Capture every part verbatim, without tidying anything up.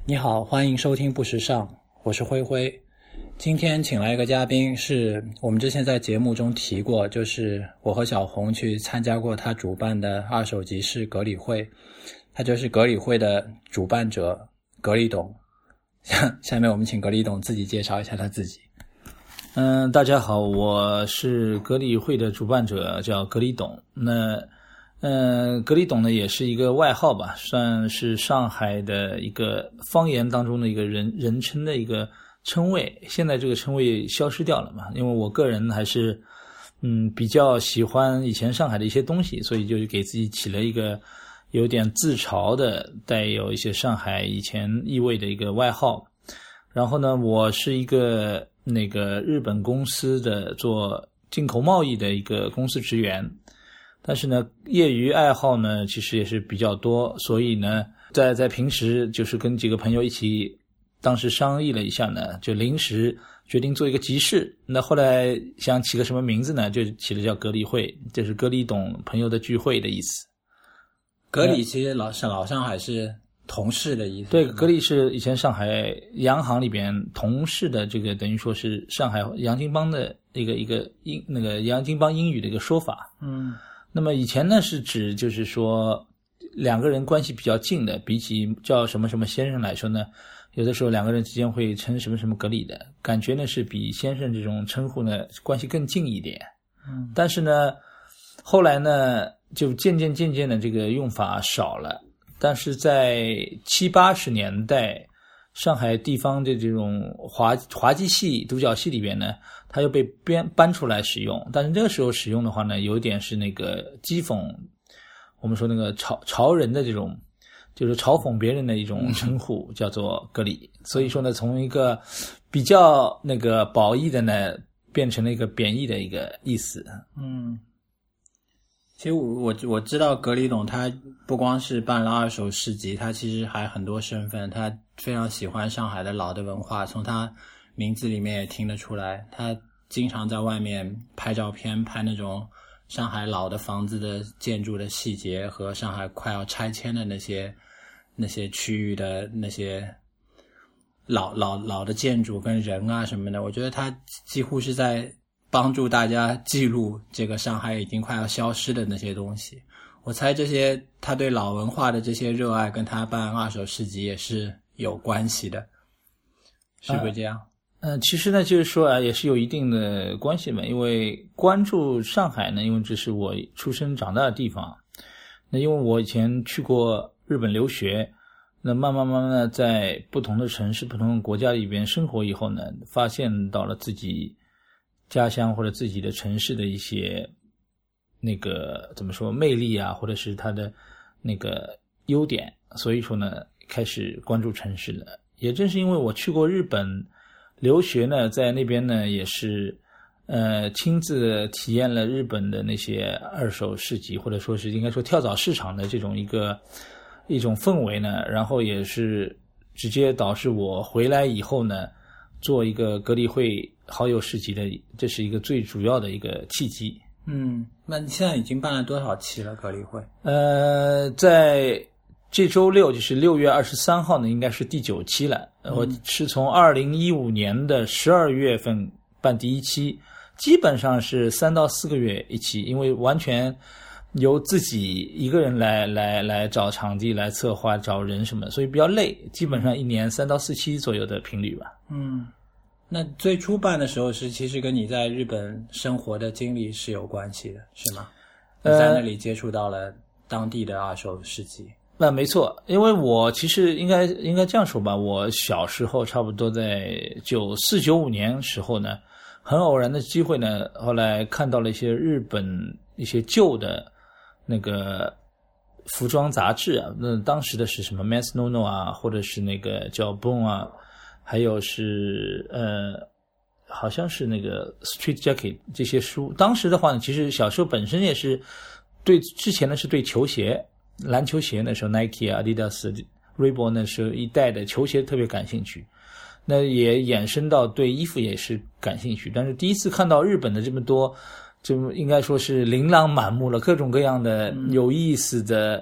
你好，欢迎收听不时尚，我是灰灰。今天请来一个嘉宾，是我们之前在节目中提过，就是我和小红去参加过他主办的二手集市格里会，他就是格里会的主办者格里董。下面我们请格里董自己介绍一下他自己。 嗯，大家好，我是格里会的主办者，叫格里董。那嗯，格里董呢也是一个外号吧，算是上海的一个方言当中的一个人人称的一个称谓。现在这个称谓消失掉了嘛，因为我个人还是嗯比较喜欢以前上海的一些东西，所以就给自己起了一个有点自嘲的带有一些上海以前意味的一个外号。然后呢，我是一个那个日本公司的做进口贸易的一个公司职员，但是呢业余爱好呢其实也是比较多，所以呢在在平时就是跟几个朋友一起当时商议了一下呢，就临时决定做一个集市。那后来想起个什么名字呢，就起了叫格里会，就是格里董朋友的聚会的意思。 格里其实老老上海是同事的意思。 对，格力是以前上海洋行里边同事的这个等于说是上海洋泾浜的一个一个英那个洋泾浜英语的一个说法。 嗯， 那么以前呢是指就是说两个人关系比较近的，比起叫什么什么先生来说呢，有的时候两个人之间会称什么什么格里的，感觉呢是比先生这种称呼呢关系更近一点。 嗯， 但是呢后来呢就渐渐渐渐的这个用法少了。但是在七八十年代，上海地方的这种滑滑稽戏、独角戏里边呢，它又被编搬出来使用。但是这个时候使用的话呢，有一点是那个讥讽，我们说那个潮潮人的这种，就是嘲讽别人的一种称呼，嗯、叫做格里。所以说呢，从一个比较那个褒义的呢，变成了一个贬义的一个意思。 嗯。其实我我我知道格里董他不光是办了二手市集，他其实还很多身份，他非常喜欢上海的老的文化，从他名字里面也听得出来，他经常在外面拍照片，拍那种上海老的房子的建筑的细节和上海快要拆迁的那些那些区域的那些老老老的建筑跟人啊什么的，我觉得他几乎是在帮助大家记录这个上海已经快要消失的那些东西。我猜这些他对老文化的这些热爱跟他办二手市集也是有关系的，是不是这样？ 嗯、呃，其实呢就是说啊，也是有一定的关系嘛。因为关注上海呢，因为这是我出生长大的地方。那因为我以前去过日本留学，那慢慢慢慢的在不同的城市、不同的国家里边生活以后呢，发现到了自己家乡或者自己的城市的一些那个怎么说魅力啊，或者是它的那个优点，所以说呢开始关注城市了。也正是因为我去过日本留学呢，在那边呢也是呃亲自体验了日本的那些二手市集，或者说是应该说跳蚤市场的这种一个一种氛围呢，然后也是直接导致我回来以后呢做一个格里会好友市集的，这是一个最主要的一个契机。 嗯，那你现在已经办了多少期了格里会？ 呃，在这周六就是六月二十三号呢，应该是第九期了。嗯、我是从二零一五年的十二月份办第一期，基本上是三到四个月一期，因为完全由自己一个人来来来找场地、来策划、找人什么，所以比较累。基本上一年三到四期左右的频率吧。 嗯，那最初办的时候是其实跟你在日本生活的经历是有关系的，是吗？你在那里接触到了当地的二手市集。 那、呃、没错，因为我其实应该应该这样说吧，我小时候差不多在九四九五年时候呢，很偶然的机会呢，后来看到了一些日本一些旧的那个服装杂志啊，那当时的是什么 Mass No-No 啊，或者是那个叫 Boom 啊，还有是呃好像是那个 Street Jacket 这些书。当时的话呢，其实小时候本身也是对之前呢是对球鞋、篮球鞋，那时候 Nike 啊、Adidas、Reebok 那时候一代的球鞋特别感兴趣，那也衍生到对衣服也是感兴趣。但是第一次看到日本的这么多，就应该说是琳琅满目了，各种各样的有意思的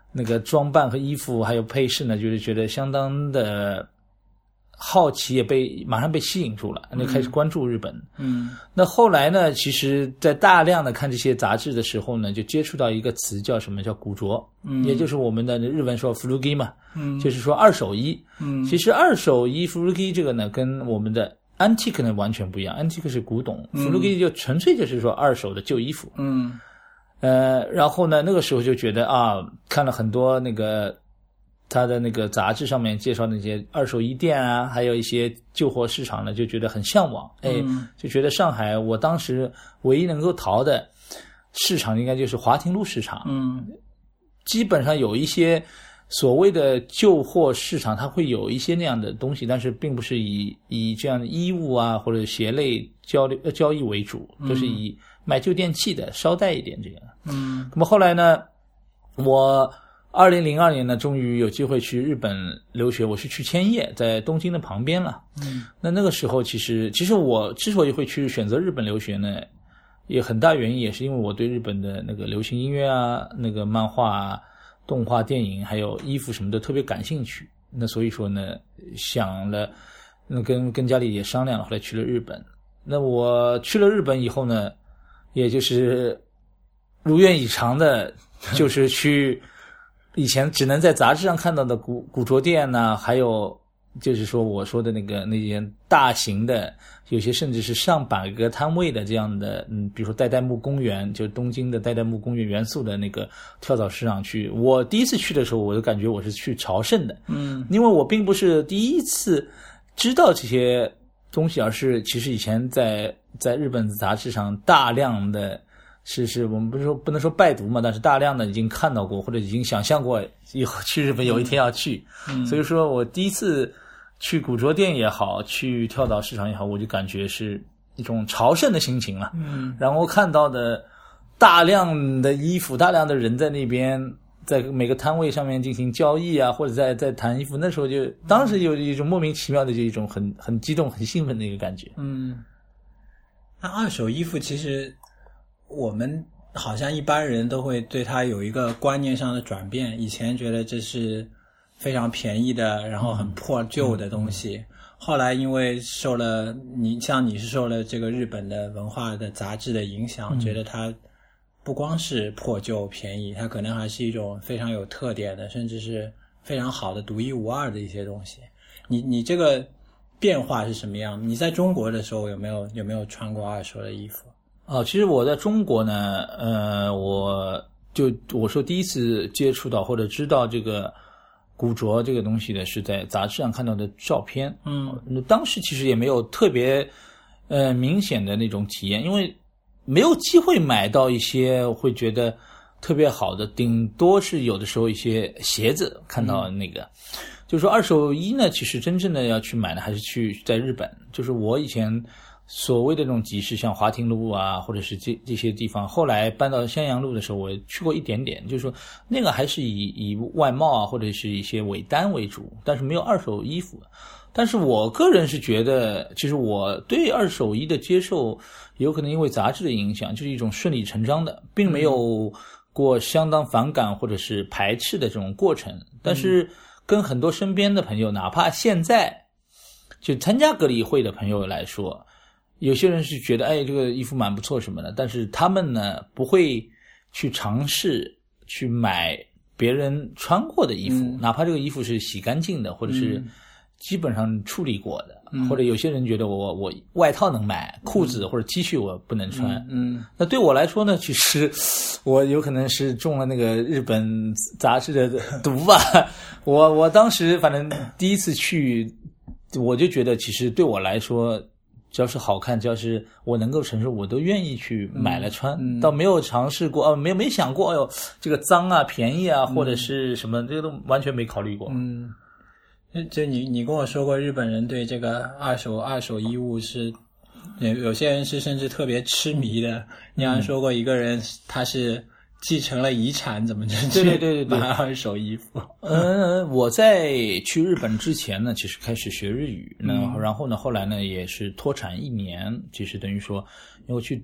那个装扮和衣服还有配饰呢，就是觉得相当的好奇，也被马上被吸引住了，那开始关注日本。 嗯， 那后来呢，其实在大量的看这些杂志的时候呢，就接触到一个词叫什么，叫古着，嗯，也就是我们的日文说古着嘛，嗯，就是说二手衣。嗯，其实二手衣古着这个呢，跟我们的 antique 呢完全不一样， antique 是古董，古着就纯粹就是说二手的旧衣服。 嗯， 呃，然后呢，那个时候就觉得啊，看了很多那个他的那个杂志上面介绍那些二手衣店啊，还有一些旧货市场呢，就觉得很向往。哎， 嗯、 就觉得上海我当时唯一能够逃的市场应该就是华亭路市场。 嗯， 基本上有一些所谓的旧货市场，它会有一些那样的东西，但是并不是以以这样的衣物啊或者鞋类交流交易为主，都是以买旧电器的捎带一点这样。 嗯， 那么后来呢，我二零零二年呢，终于有机会去日本留学，我是去千叶，在东京的旁边了。 嗯， 那那个时候其实其实我之所以会去选择日本留学呢，也很大原因也是因为我对日本的那个流行音乐啊、那个漫画啊、动画电影还有衣服什么的特别感兴趣。那所以说呢，想了，那跟跟家里也商量了，后来去了日本。那我去了日本以后呢，也就是如愿以偿的，就是去以前只能在杂志上看到的古古着店呐、啊，还有就是说我说的那个那些大型的，有些甚至是上百个摊位的这样的，嗯，比如说代代木公园，就是东京的代代木公园元素的那个跳蚤市场去。我第一次去的时候，我就感觉我是去朝圣的， 嗯， 因为我并不是第一次知道这些东西，而是其实以前在在日本杂志上大量的。是是，我们不是说不能说拜读嘛，但是大量的已经看到过或者已经想象过以后去日本有一天要去，嗯、所以说我第一次去古着店也好，去跳蚤市场也好，我就感觉是一种朝圣的心情了。 嗯， 然后看到的大量的衣服，大量的人在那边，在每个摊位上面进行交易啊，或者在在谈衣服，那时候就当时有一种莫名其妙的就一种很很激动、很兴奋的一个感觉。 嗯，那二手衣服其实。我们好像一般人都会对它有一个观念上的转变，以前觉得这是非常便宜的，然后很破旧的东西，嗯、后来因为受了你像你是受了这个日本的文化的杂志的影响，嗯、觉得它不光是破旧便宜，它可能还是一种非常有特点的，甚至是非常好的独一无二的一些东西。你你这个变化是什么样？你在中国的时候有没有有没有穿过二手的衣服？ 哦，其实我在中国呢，呃，我就我说第一次接触到或者知道这个古着这个东西的是在杂志上看到的照片。 嗯， 那当时其实也没有特别呃明显的那种体验，因为没有机会买到一些会觉得特别好的，顶多是有的时候一些鞋子看到那个。嗯、就是说二手衣呢，其实真正的要去买呢，还是去在日本。就是我以前。所谓的这种集市，像华亭路啊，或者是这这些地方，后来搬到襄阳路的时候，我去过一点点，就是说那个还是以以外贸啊，或者是一些尾单为主，但是没有二手衣服。但是我个人是觉得，其实我对二手衣的接受，有可能因为杂志的影响，就是一种顺理成章的，并没有过相当反感或者是排斥的这种过程。但是跟很多身边的朋友，哪怕现在就参加格里会的朋友来说，有些人是觉得哎这个衣服蛮不错什么的，但是他们呢不会去尝试去买别人穿过的衣服，嗯、哪怕这个衣服是洗干净的或者是基本上处理过的，嗯、或者有些人觉得我我外套能买，裤子或者 T 恤我不能穿。 嗯，嗯那对我来说呢，其实我有可能是中了那个日本杂志的毒吧。我我当时反正第一次去，我就觉得其实对我来说。只要是好看，只要是我能够承受，我都愿意去买来穿。嗯嗯、倒没有尝试过，哦，没没想过，哎呦，这个脏啊、便宜啊，嗯、或者是什么，这个都完全没考虑过。 嗯，就你你跟我说过，日本人对这个二手二手衣物是有有些人是甚至特别痴迷的。你好像说过一个人，他是继承了遗产，怎么就对对对对对买二手衣服？ 呃，我在去日本之前呢，其实开始学日语，那、嗯、然后呢，后来呢也是脱产一年，其实等于说，因为我去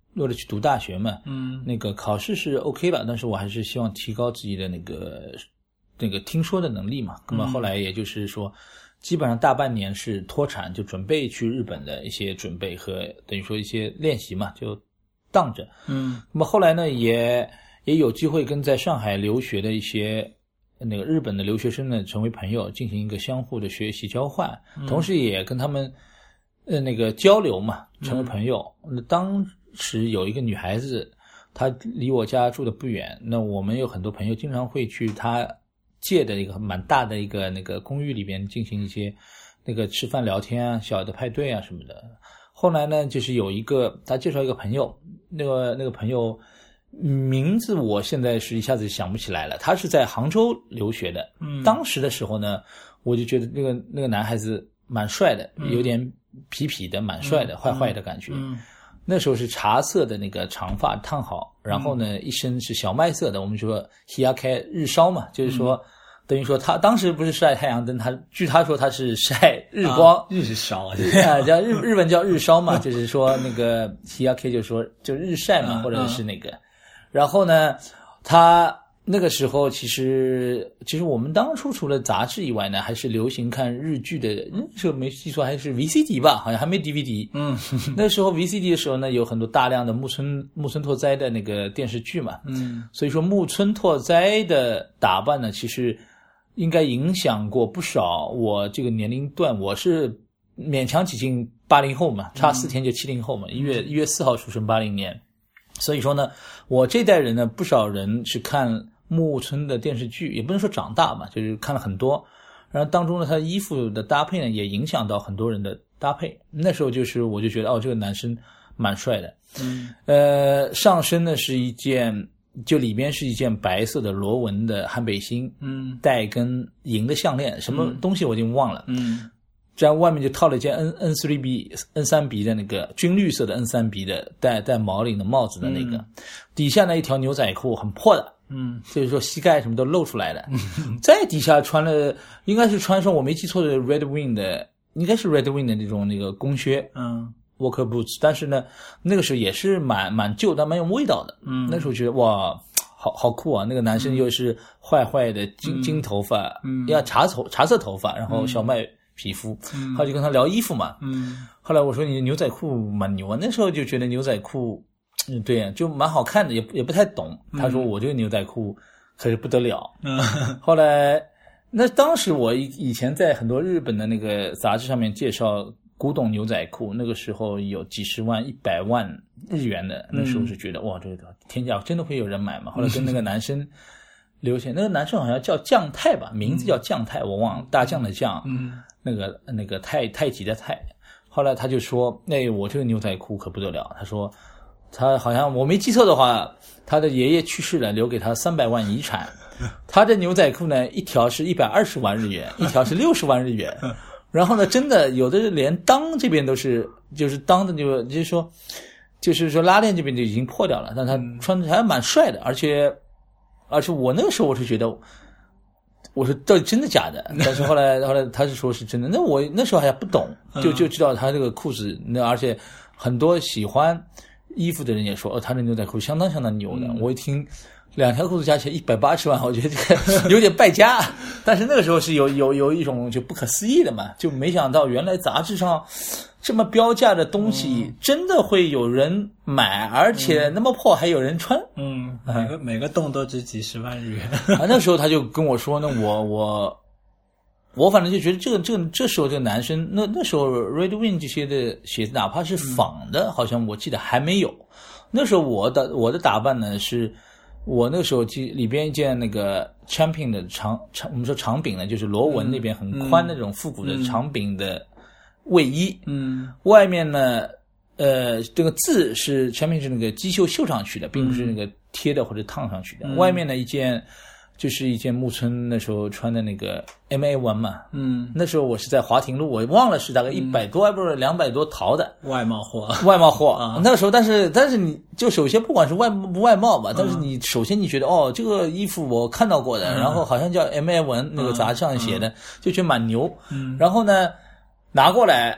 为了去读大学嘛， 嗯， 那个考试是 OK 吧，但是我还是希望提高自己的那个那个听说的能力嘛。那么后来也就是说，基本上大半年是脱产，就准备去日本的一些准备和等于说一些练习嘛，就当着。 嗯， 那么后来呢，也也有机会跟在上海留学的一些那个日本的留学生呢成为朋友，进行一个相互的学习交换， 嗯、 同时也跟他们呃那个交流嘛，成为朋友。嗯、当时有一个女孩子，她离我家住的不远，那我们有很多朋友经常会去她借的一个蛮大的一个那个公寓里边进行一些那个吃饭聊天啊、小的派对啊什么的。后来呢，就是有一个他介绍一个朋友，那个那个朋友名字我现在是一下子想不起来了，他是在杭州留学的。 嗯， 当时的时候呢，我就觉得那个那个男孩子蛮帅的， 嗯、 有点痞痞的，蛮帅的，嗯、坏坏的感觉。 嗯， 那时候是茶色的那个长发烫好，然后呢，一身是小麦色的，我们说 hiyake 日烧嘛，就是说。嗯，等于说他当时不是晒太阳灯，他据他说他是晒日光， 啊、日烧啊， 叫日日本叫日烧嘛，就是说那个 hiyake 就是说就日晒嘛， 啊、 或者是那个。啊、然后呢，他那个时候其实其实我们当初除了杂志以外呢，还是流行看日剧的，那时候没记错还是 V C D 吧，好像还没 D V D。 嗯， 那时候 V C D 的时候呢，有很多大量的木村木村拓哉的那个电视剧嘛。 嗯， 所以说木村拓哉的打扮呢，其实应该影响过不少我这个年龄段。我是勉强挤进八零后嘛，差四天就七零后嘛，一、嗯、月一月四号出生，八零年。所以说呢，我这代人呢，不少人是看木村的电视剧，也不能说长大嘛，就是看了很多。然后当中呢，他的衣服的搭配呢，也影响到很多人的搭配。那时候就是我就觉得哦，这个男生蛮帅的。 嗯， 呃，上身呢是一件。就里边是一件白色的螺纹的汉背心， 嗯， 带根银的项链，什么东西我已经忘了， 嗯， 这样外面就套了一件 N N 三 B N 三 B 的那个军绿色的 N 三 B 的带带毛领的帽子的那个，嗯、底下呢一条牛仔裤很破的， 嗯， 所以说膝盖什么都露出来的，嗯、再底下穿了应该是穿上我没记错的 Red Wing 的，应该是 Red Wing 的那种那个工靴， 嗯。 Walker boots， 但是呢，那个时候也是蛮蛮旧，但蛮有味道的。 嗯， 那时候觉得哇，好好酷啊！那个男生又是坏坏的金、嗯、金头发， 嗯， 要茶头茶色头发，然后小麦皮肤， 嗯， 后来就跟他聊衣服嘛。 嗯， 后来我说你牛仔裤蛮牛啊，那时候就觉得牛仔裤，嗯，对呀，就蛮好看的，也也不太懂。他说我这个牛仔裤可是不得了。 嗯， 后来那当时我以以前在很多日本的那个杂志上面介绍。古董牛仔裤那个时候有几十万、一百万日元的，那时候是觉得、嗯、哇，这个天价，真的会有人买吗？后来跟那个男生留言，那个男生好像叫将太吧，名字叫将太，我忘了，大将的将， 嗯， 那个那个太太极的太。后来他就说，那我这个牛仔裤可不得了，他说他好像我没记错的话，他的爷爷去世了，留给他三百万遗产，他的牛仔裤呢，一条是一百二十万日元，一条是六十万日元。然后呢，真的有的连裆这边都是，就是裆的就就是说，就是说拉链这边就已经破掉了，但他穿着还蛮帅的，而且，而且我那个时候我是觉得，我说到底真的假的？但是后来后来他是说是真的，那我那时候还不懂，就就知道他这个裤子，那而且很多喜欢衣服的人也说，哦，他的牛仔裤相当相当牛的，我一听。两条裤子加起来一百八十万，我觉得这个有点败家。但是那个时候是有有有一种就不可思议的嘛，就没想到原来杂志上这么标价的东西真的会有人买，嗯、而且那么破还有人穿。 嗯，每个、嗯、每个洞都值几十万日元。 啊，那时候他就跟我说，那我我我反正就觉得这个这个这时候这个男生，那那时候 Red Wing 这些的鞋子哪怕是仿的，嗯、好像我记得还没有。那时候我的我的打扮呢是。我那个时候里边一件那个 Champion 的长长，我们说长柄的，就是螺纹那边很宽的那种复古的长柄的卫衣， 嗯， 外面呢，呃，这个字是 Champion 是那个机绣绣上去的，并不是那个贴的或者烫上去的。嗯、外面呢一件就是一件木村那时候穿的那个 M A one 嘛， 嗯， 那时候我是在华亭路，我忘了是大概一百多，还、嗯、不是两百多淘的外贸货， 外贸货啊。 那时候，但是但是你就首先不管是外不外贸吧，但是你首先你觉得、嗯、哦，这个衣服我看到过的，嗯、然后好像叫 M A one 那个杂志上写的，嗯、就觉得蛮牛。 嗯， 然后呢拿过来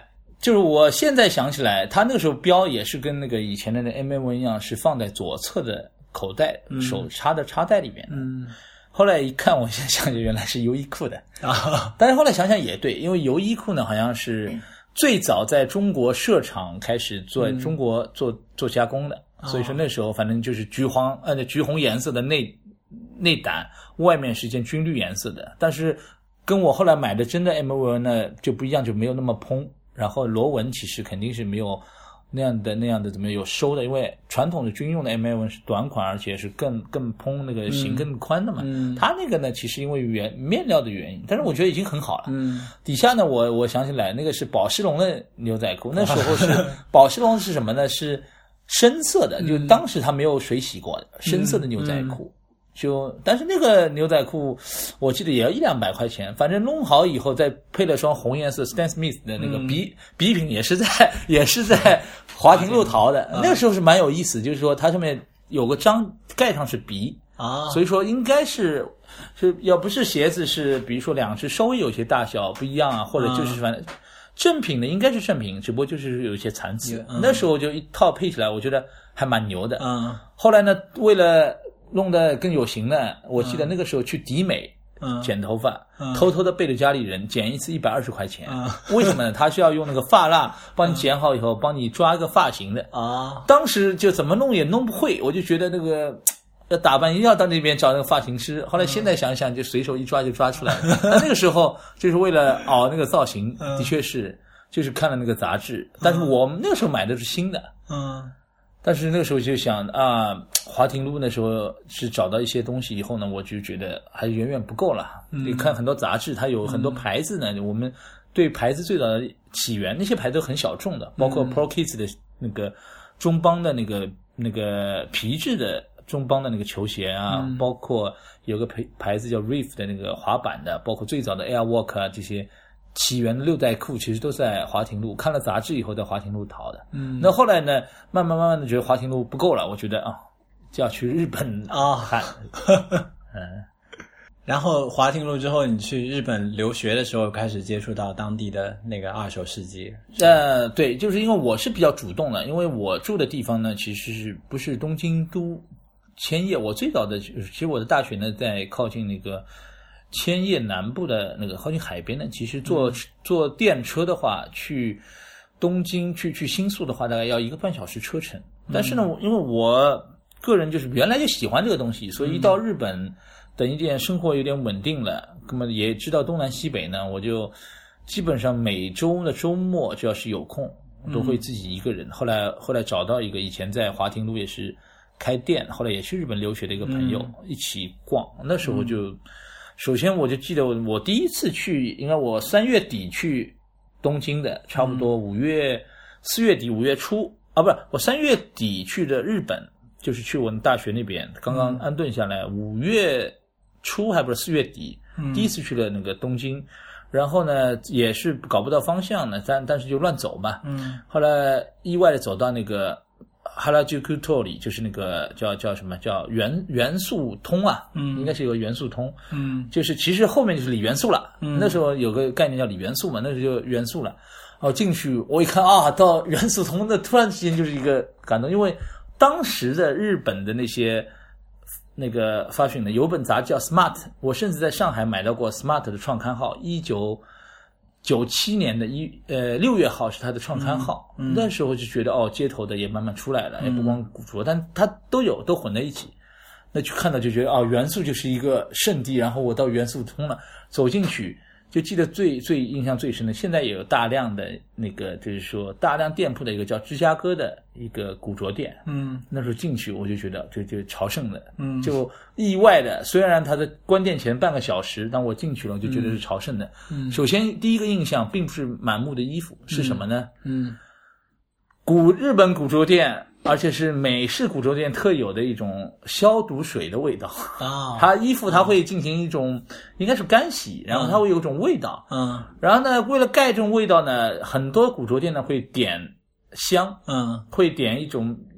就是我现在想起来，他那个时候标也是跟那个以前的那 M M 一样，是放在左侧的口袋，嗯、手插的插袋里面的。嗯，后来一看，我现在想起原来是优衣库的啊。但是后来想想也对，因为优衣库呢好像是最早在中国设厂开始做、嗯、中国做做加工的，所以说那时候反正就是橘黄呃橘红颜色的内内胆，外面是一件军绿颜色的。但是跟我后来买的真的 M M 呢就不一样，就没有那么蓬。然后螺纹其实肯定是没有那样的那样的怎么有收的，因为传统的军用的 M M 是短款，而且是更更蓬，那个型更宽的嘛。嗯，它那个呢，其实因为原面料的原因，但是我觉得已经很好了。嗯，底下呢，我我想起来那个是宝诗龙的牛仔裤，那时候是宝诗龙是什么呢？是深色的，就当时它没有水洗过的深色的牛仔裤。嗯嗯就但是那个牛仔裤我记得也要一两百块钱，反正弄好以后再配了双红颜色 Stan Smith 的那个笔笔品，也是在也是在华亭路淘的。那个时候是蛮有意思，就是说它上面有个章盖上是鼻啊，所以说应该是是要不是鞋子是比如说两只稍微有些大小不一样啊，或者就是反正正品的应该是正品，只不过就是有一些残次。那时候就一套配起来我觉得还蛮牛的。嗯，后来呢为了弄得更有型呢，我记得那个时候去迪美、嗯、剪头发、嗯、偷偷的背着家里人剪一次一百二十块钱、嗯、为什么呢？他是要用那个发蜡帮你剪好以后、嗯、帮你抓一个发型的啊。当时就怎么弄也弄不会，我就觉得那个要打扮一定要到那边找那个发型师。后来现在想想就随手一抓就抓出来了。那、嗯、那个时候就是为了熬那个造型、嗯、的确是就是看了那个杂志，但是我们那个时候买的是新的。嗯，但是那个时候就想啊，华亭路那时候是找到一些东西以后呢，我就觉得还远远不够了。嗯、你看很多杂志，它有很多牌子呢。嗯、我们对牌子最早的起源，那些牌子都很小众的，包括 Pro Kids 的那个中邦的那个那个皮质的中邦的那个球鞋啊，嗯、包括有个牌牌子叫 Reef 的那个滑板的，包括最早的 Airwalk 啊这些。起源的六代裤其实都在華亭路，看了杂志以後在華亭路淘的。嗯，那後來呢，慢慢慢慢的覺得華亭路不夠了，我覺得啊，就要去日本啊看。嗯， 然後華亭路之後，你去日本留學的時候，開始接觸到當地的那個二手市集。 呃，對，就是因為我是比較主動的，因為我住的地方呢，其實是不是東京都千葉，我最早的其實我的大學呢在靠近那個千葉南部的那个靠近海边呢，其实坐、嗯、坐电车的话，去东京去去新宿的话，大概要一个半小时车程。但是呢，因为我个人就是原来就喜欢这个东西，所以一到日本，等一点生活有点稳定了，那么也知道东南西北呢，我就基本上每周的周末只要是有空，都会自己一个人。嗯、后来后来找到一个以前在华亭路也是开店，后来也去日本留学的一个朋友、嗯、一起逛，那时候就。嗯首先我就记得我第一次去，应该我三月底去东京的，差不多五月四、嗯、月底五月初啊，不是我三月底去的日本，就是去我们大学那边，刚刚安顿下来，五、嗯、月初还不是四月底、嗯，第一次去了那个东京，然后呢也是搞不到方向呢，但但是就乱走嘛，嗯，后来意外的走到那个。哈拉居库托里就是那个叫叫什么叫元元素通啊，嗯，应该是有个元素通，嗯，就是其实后面就是锂元素了，嗯，那时候有个概念叫锂元素嘛，那时候就元素了。哦，进去我一看啊，到元素通，那突然之间就是一个感动，因为当时的日本的那些那个发讯的有本杂志叫 Smart， 我甚至在上海买到过 Smart 的创刊号，一九九七年的一呃六月号是它的创刊号、嗯嗯，那时候就觉得哦，街头的也慢慢出来了，嗯、也不光古着，但它都有，都混在一起。那去看到就觉得哦，元素就是一个圣地，然后我到元素通了，走进去就记得最最印象最深的，现在也有大量的那个就是说大量店铺的一个叫芝加哥的一个古着店，嗯，那时候进去我就觉得就就朝圣了，嗯，就意外的，虽然它的关店前半个小时，当我进去了，我就觉得是朝圣的。嗯，首先第一个印象并不是满目的衣服，是什么呢？嗯，古日本古着店。而且是美式古着店特有的一种消毒水的味道啊，它衣服它会进行一种、嗯、应该是干洗，然后它会有一种味道，嗯，然后呢，为了盖这种味道呢，很多古着店呢会点香，嗯，会点一种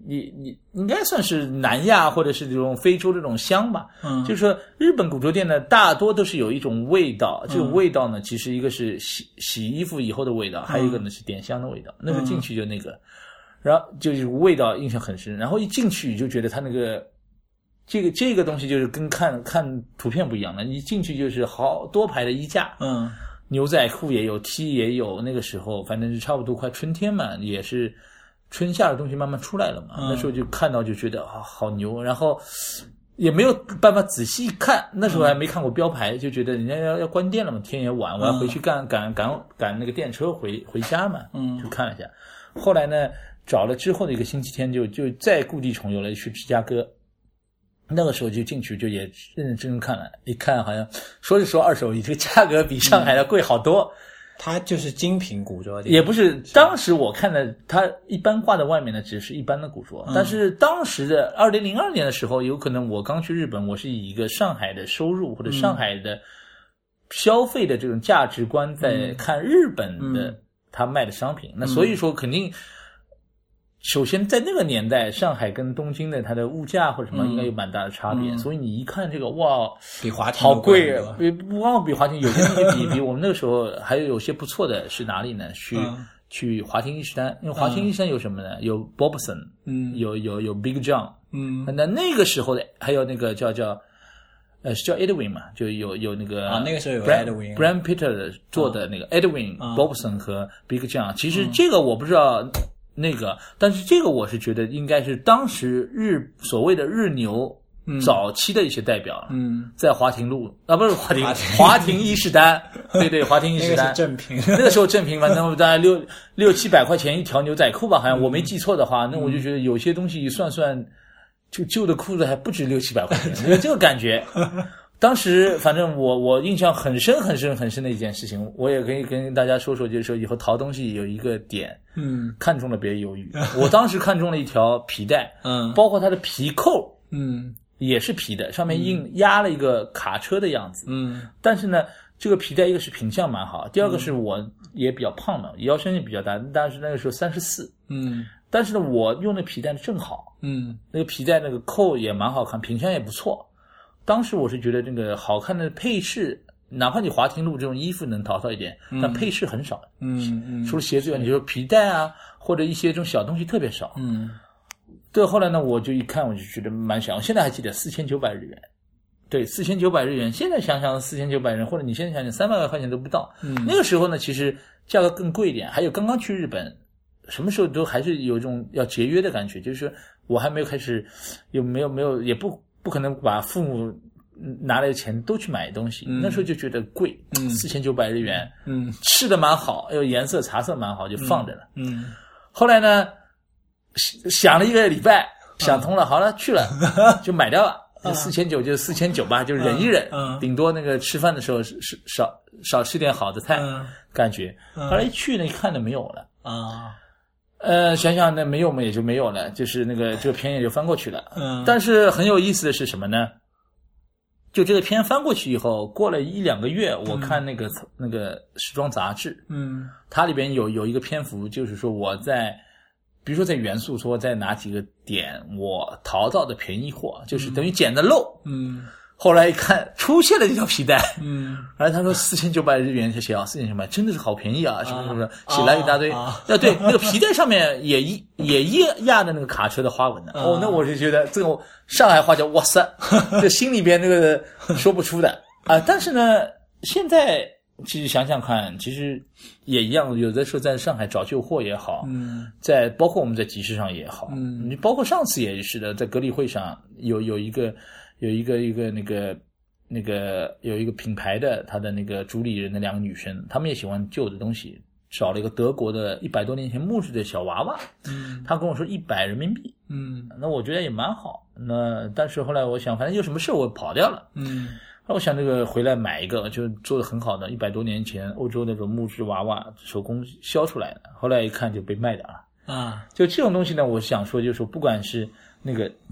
你你应该算是南亚或者是这种非洲这种香吧。 嗯， 就是说日本古着店呢，大多都是有一种味道，这种味道呢，其实一个是洗洗衣服以后的味道，还有一个呢是点香的味道。那时候进去就那个，然后就是味道印象很深，然后一进去就觉得它那个。这个这个东西就是跟看看图片不一样的，你进去就是好多排的衣架， 嗯， 牛仔裤也有 T 也有，那个时候反正是差不多快春天嘛，也是春夏的东西慢慢出来了嘛，嗯、那时候就看到就觉得啊好牛，然后也没有办法仔细看，那时候还没看过标牌，就觉得人家要要关店了嘛，天也晚，我要回去赶赶赶赶那个电车回回家嘛，嗯，就看了一下，后来呢找了之后的一个星期天就就再故地重游了，去芝加哥。那个时候就进去就也认认真真看了，一看好像说是说二手衣，这个价格比上海的贵好多。 它就是精品古着店， 也不是。当时我看的，它一般挂在外面的只是一般的古着，嗯、但是当时的二零零二年的时候，有可能我刚去日本，我是以一个上海的收入或者上海的消费的这种价值观在看日本的他卖的商品，嗯、那所以说肯定。首先在那个年代上海跟东京的它的物价或者什么应该有蛮大的差别、嗯、所以你一看这个哇比华亭好贵，比不光比华亭有些东西比比我们那个时候还有有些不错的是哪里呢？去、嗯、去华亭伊势丹，因为华亭伊势丹有什么呢？有 Bobson， 嗯，有有有 Big John， 嗯，那那个时候的还有那个叫叫呃是叫 Edwin 嘛，就有有那个啊那个时候有 Edwin Brand Peter 做的那个 Edwin、嗯、Bobson 和 Big John， 其实这个我不知道。那个，但是这个我是觉得应该是当时日所谓的日牛早期的一些代表，嗯，在华亭路啊，不是华亭，华亭伊势丹，对对，华亭伊势丹， 那个是正品， 那个时候正品，反正大概六六七百块钱一条牛仔裤吧，好像我没记错的话，嗯、那我就觉得有些东西算算，就旧的裤子还不止六七百块钱，有这个感觉。当时反正我我印象很深很深很深的一件事情，我也可以跟大家说说，就是说以后淘东西有一个点，嗯，看中了别犹豫。我当时看中了一条皮带，嗯，包括它的皮扣，嗯，也是皮的，上面印压了一个卡车的样子，嗯，但是呢，这个皮带一个是品相蛮好，第二个是我也比较胖嘛，腰身也比较大，但是那个时候三十四，嗯，但是呢，我用的皮带正好，嗯，那个皮带那个扣也蛮好看，品相也不错。当时我是觉得这个好看的配饰，哪怕你华亭路这种衣服能淘到一点，嗯、但配饰很少。嗯嗯，除了鞋子以外，你说皮带啊，或者一些这种小东西特别少。嗯，对。后来呢，我就一看，我就觉得蛮想，我现在还记得四千九百日元。对，四千九百日元。现在想想四千九百日元，或者你现在想想三百块钱都不到。嗯，那个时候呢，其实价格更贵一点。还有刚刚去日本，什么时候都还是有一种要节约的感觉，就是我还没有开始，有没有没有也不。不可能把父母拿来的钱都去买东西，嗯、那时候就觉得贵，四千九百日元，嗯，吃的蛮好，又颜色茶色蛮好，就放着了。嗯，嗯后来呢，想了一个礼拜，想通了，嗯、好了，去了，就买掉了。就四千九就四千九吧，就忍一忍，嗯、顶多那个吃饭的时候是少少吃点好的菜，嗯、感觉。后来一去呢，一看就没有了啊。呃，想想那没有嘛，也就没有了，就是那个这个片也就翻过去了。嗯，但是很有意思的是什么呢？就这个片翻过去以后，过了一两个月，我看那个、嗯、那个时装杂志，嗯，它里边有有一个篇幅，就是说我在，比如说在元素说在哪几个点我淘到的便宜货，就是等于捡的漏，嗯。后来一看出现了这条皮带，嗯，然后他说四千九百日元，他写啊四千九百，真的是好便宜啊，什么什么，写来一大堆。啊，啊对，那个皮带上面也一也压压的那个卡车的花纹的。啊、哦，那我就觉得这个上海话叫哇塞，这心里边那个说不出的啊。但是呢，现在其实想想看，其实也一样，有的时候在上海找旧货也好，嗯，在包括我们在集市上也好，嗯，你包括上次也是的，在格力会上有有一个。有一个一个那个那个有一个品牌的他的那个主理人的两个女生，她们也喜欢旧的东西，找了一个德国的一百多年前木质的小娃娃，嗯，她跟我说一百人民币，嗯，那我觉得也蛮好。那但是后来我想，反正有什么事我跑掉了，嗯，我想这个回来买一个，就做的很好的，一百多年前欧洲那种木质娃娃手工削出来的，后来一看就被卖掉了啊。就这种东西呢，我想说就是说，不管是那个。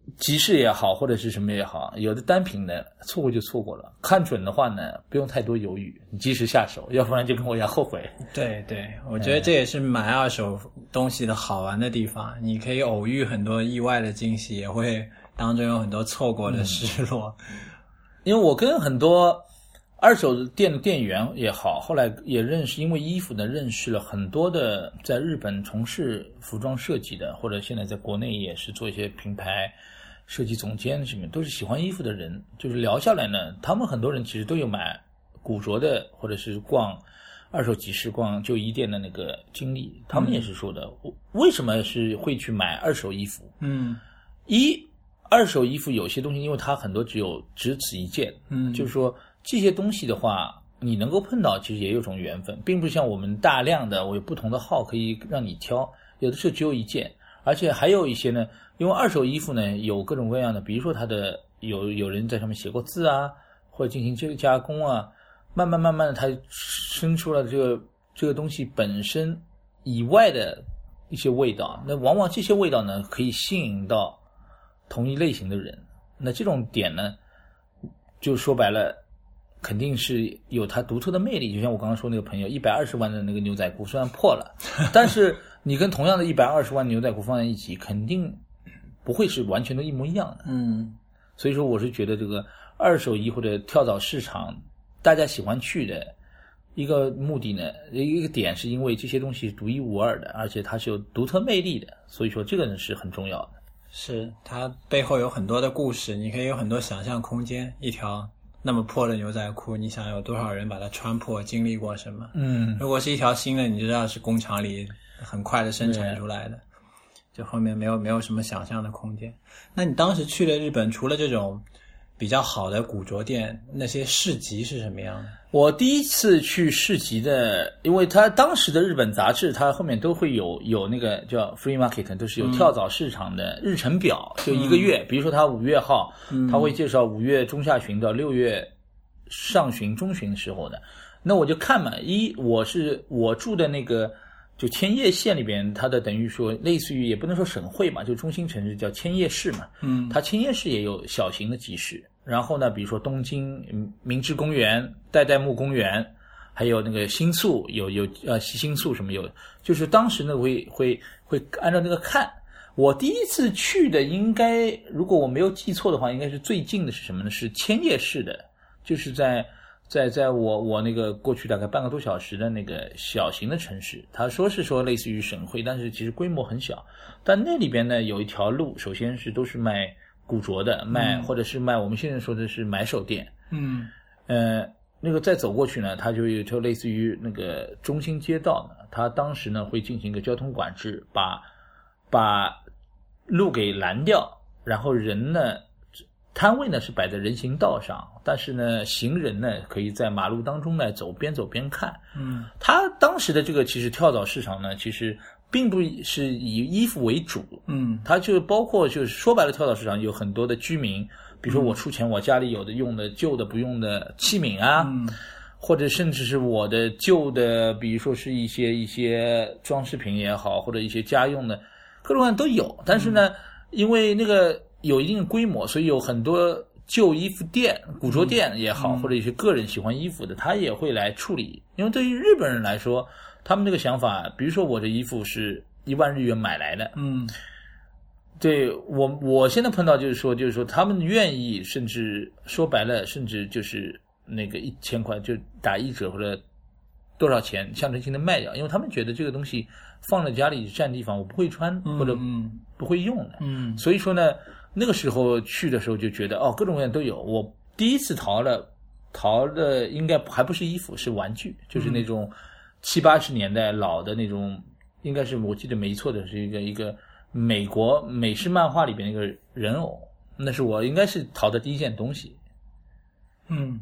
集市也好，或者是什么也好，有的单品呢错过就错过了，看准的话呢不用太多犹豫，你及时下手，要不然就跟我一样后悔。 对对，我觉得这也是买二手东西的好玩的地方，你可以偶遇很多意外的惊喜，也会当中有很多错过的失落。 嗯、因为我跟很多二手店的店员也好，后来也认识，因为衣服呢认识了很多的在日本从事服装设计的，或者现在在国内也是做一些品牌设计总监什么，都是喜欢衣服的人。就是聊下来呢，他们很多人其实都有买古着的，或者是逛二手集市、逛旧衣店的那个经历。他们也是说的，嗯、为什么是会去买二手衣服？ 嗯， 一二手衣服有些东西，因为它很多只有只此一件， 嗯， 就是说这些东西的话，你能够碰到，其实也有种缘分，并不像我们大量的我有不同的号可以让你挑，有的时候只有一件。而且还有一些呢，因为二手衣服呢有各种各样的，比如说它的有有人在上面写过字啊，或者进行这个加工啊，慢慢慢慢的它生出了这个这个东西本身以外的一些味道，那往往这些味道呢可以吸引到同一类型的人，那这种点呢就说白了肯定是有它独特的魅力。就像我刚刚说那个朋友一百二十万的那个牛仔裤虽然破了，但是你跟同样的一百二十万牛仔裤放在一起，肯定不会是完全都一模一样的。 嗯， 所以说我是觉得这个二手衣或者跳蚤市场大家喜欢去的一个目的呢，一个点是因为这些东西是独一无二的，而且它是有独特魅力的，所以说这个呢是很重要的。 是，它背后有很多的故事，你可以有很多想象空间。一条那么破的牛仔裤，你想有多少人把它穿破，经历过什么？ 嗯， 如果是一条新的，你就知道是工厂里很快的生产出来的，就后面没有没有什么想象的空间。那你当时去了日本，除了这种比较好的古着店，那些市集是什么样的？ 我第一次去市集的，因为他当时的日本杂志，它后面都会有有那个叫 free market， 都是有跳蚤市场的日程表，嗯、就一个月，比如说他五月号，嗯、他会介绍五月中下旬到六月上旬、中旬时候的。那我就看嘛，一我是我住的那个就千叶县里边，它的等于说类似于也不能说省会嘛，就中心城市叫千叶市嘛，嗯，它千叶市也有小型的集市。然后呢，比如说东京明治公园、代代木公园，还有那个新宿有有呃新宿什么有，就是当时呢会会会按照那个看。我第一次去的应该，如果我没有记错的话，应该是最近的是什么呢？是千叶市的，就是在在在我我那个过去大概半个多小时的那个小型的城市，他说是说类似于省会，但是其实规模很小。但那里边呢有一条路，首先是都是卖古着的，卖、嗯、或者是卖我们现在说的是买手店， 嗯， 呃，那个再走过去呢，它就有就类似于那个中心街道呢，它当时呢会进行一个交通管制，把把路给拦掉，然后人呢摊位呢是摆在人行道上，但是呢行人呢可以在马路当中呢走，边走边看。 嗯， 它当时的这个其实跳蚤市场呢，其实并不是以衣服为主， 嗯， 它就包括就是说白了，跳蚤市场有很多的居民，比如说我出钱，我家里有的用的旧的不用的器皿啊， 嗯， 或者甚至是我的旧的，比如说是一些一些装饰品也好，或者一些家用的，各种各样都有。但是呢，因为那个有一定的规模，所以有很多旧衣服店、古着店也好，嗯、或者一些个人喜欢衣服的，他也会来处理。因为对于日本人来说，他们这个想法，比如说我的衣服是一万日元买来的， 嗯， 对我我现在碰到就是说，就是说他们愿意，甚至说白了，甚至就是那个一千块就打一折或者多少钱象征性的卖掉，因为他们觉得这个东西放在家里占地方，我不会穿、 嗯、 或者不会用的， 嗯， 所以说呢，那个时候去的时候就觉得哦，各种各样都有。我第一次淘了淘的应该还不是衣服，是玩具，就是那种。嗯七八十年代老的那种，应该是我记得没错的，是一个一个美国美式漫画里边一个人偶，那是我应该是淘的第一件东西。 嗯，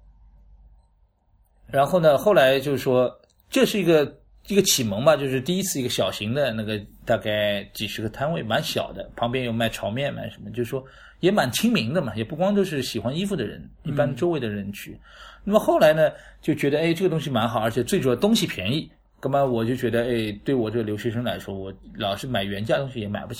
然后呢，后来就是说这是一个一个启蒙吧，就是第一次一个小型的那个大概几十个摊位，蛮小的，旁边有卖炒面卖什么，就是说也蛮亲民的嘛，也不光都是喜欢衣服的人，一般周围的人去。嗯，那么后来呢，就觉得哎，这个东西蛮好，而且最主要东西便宜。那么我就觉得哎，对我这个留学生来说，我老是买原价东西也买不起。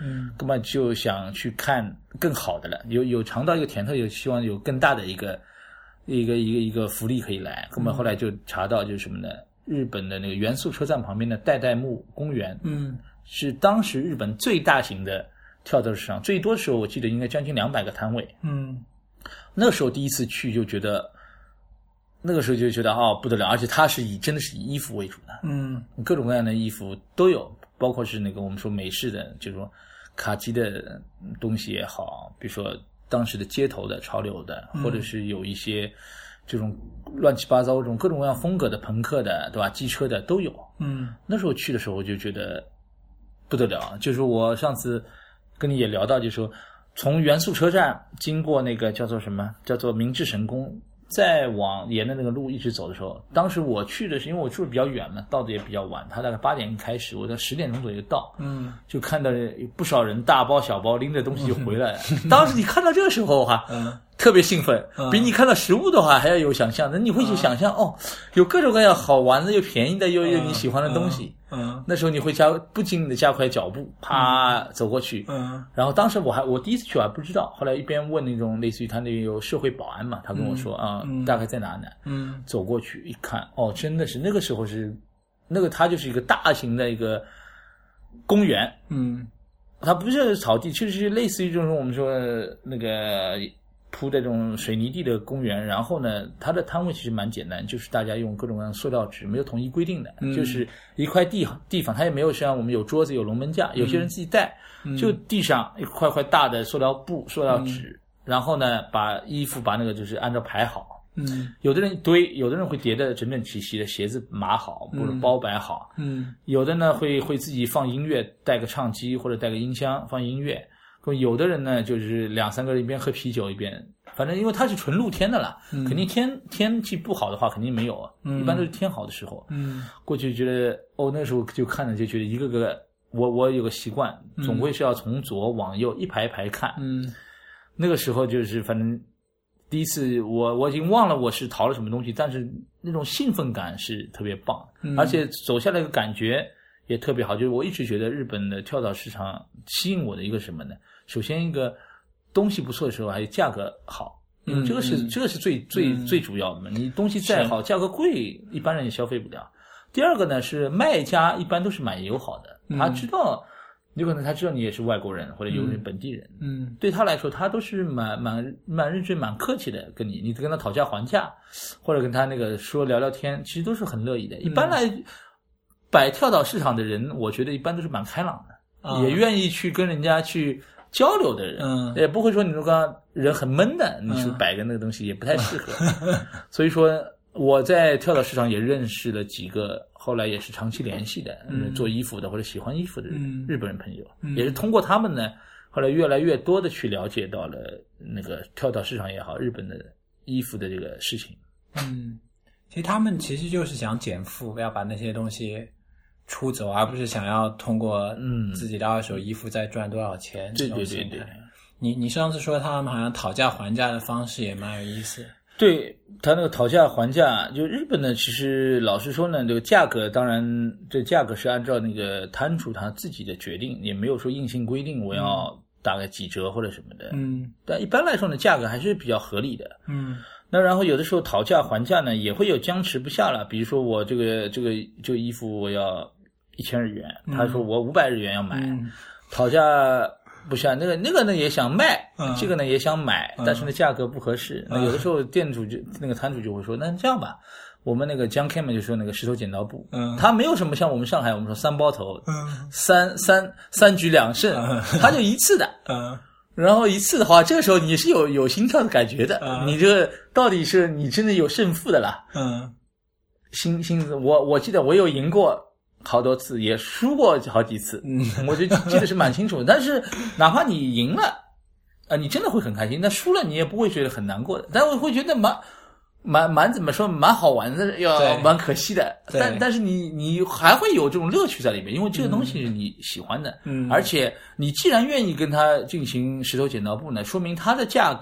嗯，根本就想去看更好的了，有有尝到一个甜头，有希望有更大的一个一个一个一个福利可以来。根本后来就查到就是什么呢？日本的那个原宿车站旁边的代代木公园，嗯，是当时日本最大型的跳蚤市场，最多时候我记得应该将近两百个摊位，嗯，那个时候第一次去就觉得。那个时候就觉得哦不得了，而且它是以真的是以衣服为主的，嗯，各种各样的衣服都有，包括是那个我们说美式的这种卡其的东西也好，比如说当时的街头的潮流的，或者是有一些这种乱七八糟这种各种各样风格的朋克的，对吧？机车的都有，嗯，那时候去的时候我就觉得不得了，就是我上次跟你也聊到，就是说从原宿车站经过那个叫做什么，叫做明治神宫。再往沿着那个路一直走的时候，当时我去的是因为我住的比较远嘛，到的也比较晚，他大概八点开始，我在十点钟左右到，嗯，就看到有不少人大包小包拎着东西就回来了。嗯、当时你看到这个时候哈、啊，嗯，特别兴奋，嗯、比你看到实物的话还要有想象的，你会去想象、嗯、哦，有各种各样好玩的又便宜的又又你喜欢的东西。嗯嗯，那时候你会加不经意的加快脚步，啪、嗯、走过去。嗯，然后当时我还我第一次去我还不知道，后来一边问那种类似于他那边有社会保安嘛，他跟我说啊、嗯嗯，大概在哪呢？嗯，走过去一看，哦，真的是那个时候是那个它就是一个大型的一个公园。嗯，它不是草地，就是类似于这种我们说那个。铺的这种水泥地的公园，然后呢，它的摊位其实蛮简单，就是大家用各种各样的塑料纸，没有统一规定的，嗯、就是一块地地方，它也没有像我们有桌子有龙门架，有些人自己带，嗯、就地上一块块大的塑料布、塑料纸，嗯、然后呢，把衣服把那个就是按照排好，嗯，有的人堆，有的人会叠得整整齐齐的，鞋子码好或者包摆好，嗯，有的呢会会自己放音乐，带个唱机或者带个音箱放音乐。有的人呢，就是两三个人一边喝啤酒一边，反正因为它是纯露天的啦，嗯、肯定天天气不好的话肯定没有啊，嗯、一般都是天好的时候。嗯，过去觉得哦，那时候就看着就觉得一个个，我我有个习惯，总归是要从左往右一排一排看。嗯，那个时候就是反正第一次我我已经忘了我是淘了什么东西，但是那种兴奋感是特别棒，嗯、而且走下来的感觉也特别好。就是我一直觉得日本的跳蚤市场吸引我的一个什么呢？首先一个东西不错的时候还有价格好，因为这个是、嗯、这个是最最、嗯、最主要的嘛。你东西再好价格贵一般人也消费不了。第二个呢是卖家一般都是蛮友好的，嗯、他知道有可能他知道你也是外国人或者有人本地人，嗯，对他来说他都是蛮蛮蛮认真蛮客气的跟你，你跟他讨价还价或者跟他那个说聊聊天，其实都是很乐意的。一般来摆跳蚤市场的人我觉得一般都是蛮开朗的，嗯、也愿意去跟人家去交流的人，嗯，也不会说你那个人很闷的，你去摆个那个东西也不太适合。嗯、所以说我在跳蚤市场也认识了几个，后来也是长期联系的，嗯、做衣服的或者喜欢衣服的日本人朋友，嗯、也是通过他们呢，后来越来越多的去了解到了那个跳蚤市场也好，日本的衣服的这个事情。 嗯，其实他们其实就是想减负，要把那些东西出走，而不是想要通过自己的二手衣服再赚多少钱。 对对对对， 你你上次说他们好像讨价还价的方式也蛮有意思。 对，他那个讨价还价，就日本呢，其实老实说呢，这个价格当然这价格是按照那个摊主他自己的决定，也没有说硬性规定我要大概几折或者什么的。嗯，但一般来说呢，价格还是比较合理的。嗯。那然后有的时候讨价还价呢，也会有僵持不下了。比如说我这个这个这个衣服我要一千日元，他说我五百日元要买，嗯、讨价不下。那个那个呢也想卖，嗯、这个呢也想买，但是呢价格不合适。嗯、那有的时候店主就那个摊主就会说，那这样吧，我们那个江 K 嘛就说那个石头剪刀布，嗯，他没有什么像我们上海我们说三包头，嗯，三三三局两胜，嗯、他就一次的，嗯。然后一次的话，这个时候你是有有心跳的感觉的，嗯、你这个到底是你真的有胜负的啦。嗯，心心我我记得我有赢过好多次，也输过好几次，嗯，我就记得是蛮清楚的。但是哪怕你赢了，啊、呃，你真的会很开心；那输了你也不会觉得很难过的，但我会觉得蛮蛮蛮怎么说蛮好玩的，要蛮可惜的。但但是你你还会有这种乐趣在里面，因为这个东西是你喜欢的，嗯，而且你既然愿意跟他进行石头剪刀布呢，说明它的价格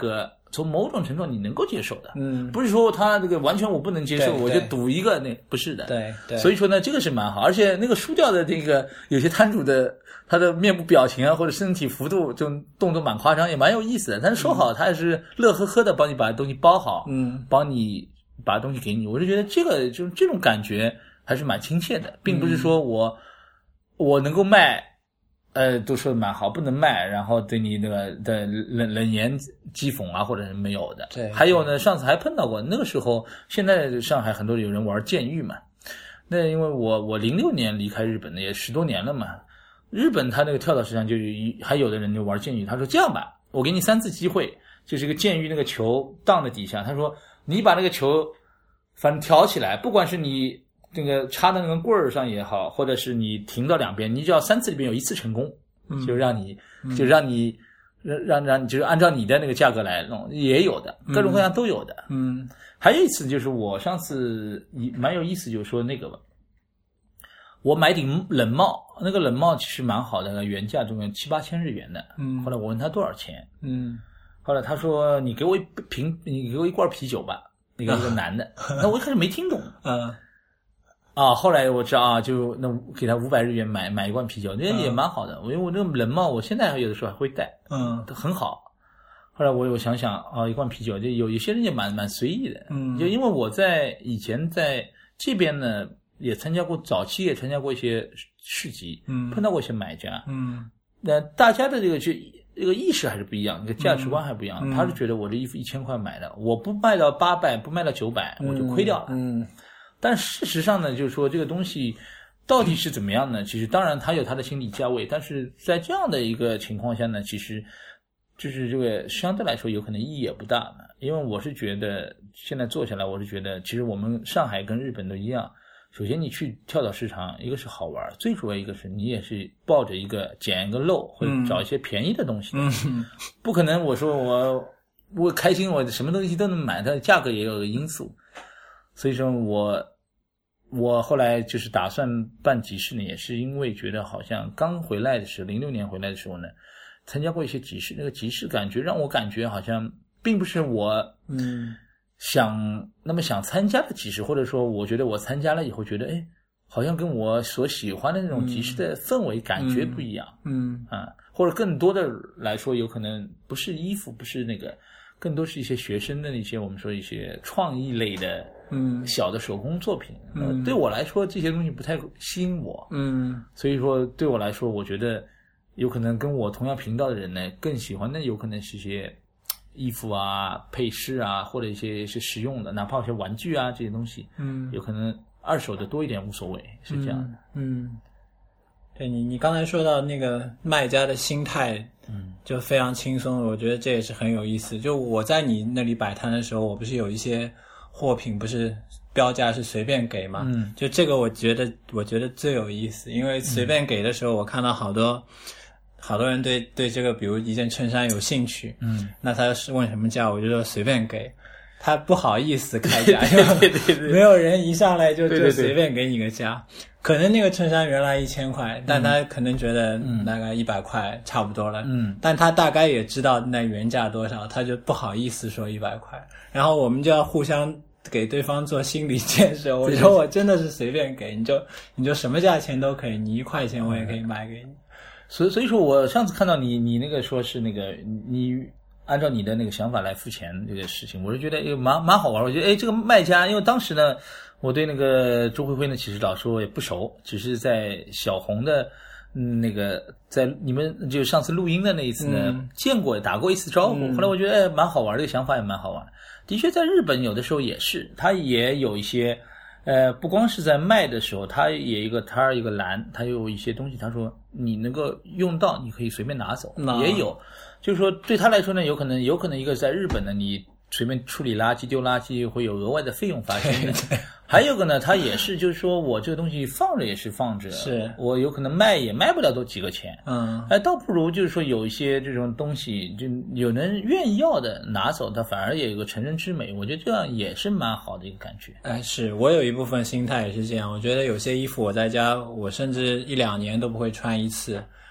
从某种程度你能够接受的， 嗯， 不是说他这个完全我不能接受， 对我就赌一个那不是的， 对对， 所以说呢，这个是蛮好，而且那个输掉的这个有些摊主的他的面部表情啊或者身体幅度这种动作蛮夸张，也蛮有意思的，但是说好他也是乐呵呵的帮你把东西包好， 嗯， 帮你把东西给你，我就觉得这个就这种感觉还是蛮亲切的，并不是说我、嗯、我能够卖。呃，都说的蛮好，不能卖，然后对你那个的冷冷言讥讽啊，或者是没有的。 对。 还有呢，上次还碰到过，那个时候，现在上海很多有人玩剑狱嘛。那因为我我零六年离开日本的，也十多年了嘛。日本他那个跳蚤市场就有还有的人就玩剑狱，他说这样吧，我给你三次机会，就是个剑狱那个球荡在底下，他说你把那个球反正挑起来，不管是你。这个插在那个棍儿上也好，或者是你停到两边，你只要三次里边有一次成功，嗯、就让你、嗯、就让你让让让就是按照你的那个价格来弄，也有的，各种各样都有的。 嗯， 还有一次就是我上次蛮有意思，就是说那个吧，我买顶冷帽，那个冷帽其实蛮好的，原价总共七八千日元的。 嗯， 后来我问他多少钱， 嗯， 后来他说你给我一瓶，你给我一罐啤酒吧，那个一个男的，那我一开始没听懂， 嗯。 啊，后来我知道啊，就那给他五百日元买买一罐啤酒，那也蛮好的。因为我那个冷帽，我现在有的时候还会戴， 嗯， 很好。后来我有想想啊，一罐啤酒，就有有些人也蛮蛮随意的， 嗯， 就因为我在以前在这边呢，也参加过早期也参加过一些市集， 嗯， 碰到过一些买家， 嗯， 那大家的这个就这个意识还是不一样，这个价值观还不一样。 嗯、 他是觉得我这衣服一千块买的，我不卖到八百，不卖到九百，我就亏掉了， 嗯。嗯但事实上呢，就是说这个东西到底是怎么样呢？其实当然它有它的心理价位，但是在这样的一个情况下呢，其实就是这个相对来说有可能意义也不大嘛。因为我是觉得现在做下来，我是觉得其实我们上海跟日本都一样。首先你去跳蚤市场，一个是好玩，最主要一个是你也是抱着一个捡一个漏，或者找一些便宜的东西。 嗯， 不可能我说我我开心，我什么东西都能买，它的价格也有个因素。所以说我我后来就是打算办集市呢，也是因为觉得好像刚回来的时候，零六年回来的时候呢，参加过一些集市，那个集市感觉让我感觉好像并不是我嗯想那么想参加的集市，或者说我觉得我参加了以后觉得哎，好像跟我所喜欢的那种集市的氛围感觉不一样， 嗯啊，或者更多的来说，有可能不是衣服，不是那个，更多是一些学生的那些我们说一些创意类的。 嗯， 小的手工作品， 嗯、 呃，对我来说这些东西不太吸引我， 嗯， 所以说对我来说，我觉得有可能跟我同样频道的人呢，更喜欢的有可能是一些衣服啊、配饰啊，或者一些是实用的，哪怕一些玩具啊这些东西， 嗯， 有可能二手的多一点无所谓，是这样的， 嗯。嗯对你，你刚才说到那个卖家的心态， 嗯， 就非常轻松，我觉得这也是很有意思。就我在你那里摆摊的时候，我不是有一些货品不是标价是随便给嘛？ 嗯， 就这个我觉得我觉得最有意思，因为随便给的时候，我看到好多、嗯、好多人对对这个，比如一件衬衫有兴趣， 嗯， 那他是问什么价，我就说随便给。他不好意思开价， 对对对， 没有人一上来就对对对就随便给你个价。可能那个衬衫原来一千块，但他可能觉得大概一百块差不多了， 嗯， 但他大概也知道那原价多少，他就不好意思说一百块。然后我们就要互相给对方做心理建设。我说我真的是随便给，你就你就什么价钱都可以，你一块钱我也可以卖给你。 所以所以说我上次看到你你那个说是那个你。按照你的那个想法来付钱这个事情，我是觉得诶蛮蛮好玩。我觉得诶这个卖家，因为当时呢，我对那个周慧慧呢，其实老实说也不熟，只是在小红的、嗯、那个在你们就上次录音的那一次呢、嗯、见过打过一次招呼。 嗯、 后来我觉得诶蛮好玩，这个想法也蛮好玩。的确，在日本有的时候也是，他也有一些呃，不光是在卖的时候，他也一个摊儿一个栏，他有一些东西，他说你能够用到，你可以随便拿走， 嗯、 也有。就是说对他来说呢，有可能有可能一个在日本呢，你随便处理垃圾丢垃圾会有额外的费用发生的。还有个呢，他也是就是说我这个东西放着也是放着， 是我有可能卖也卖不了多几个钱。 嗯， 哎，倒不如就是说有一些这种东西，就有人愿意要的拿走，他反而也有个成人之美。我觉得这样也是蛮好的一个感觉。 哎，是我有一部分心态也是这样。我觉得有些衣服我在家，我甚至一两年都不会穿一次。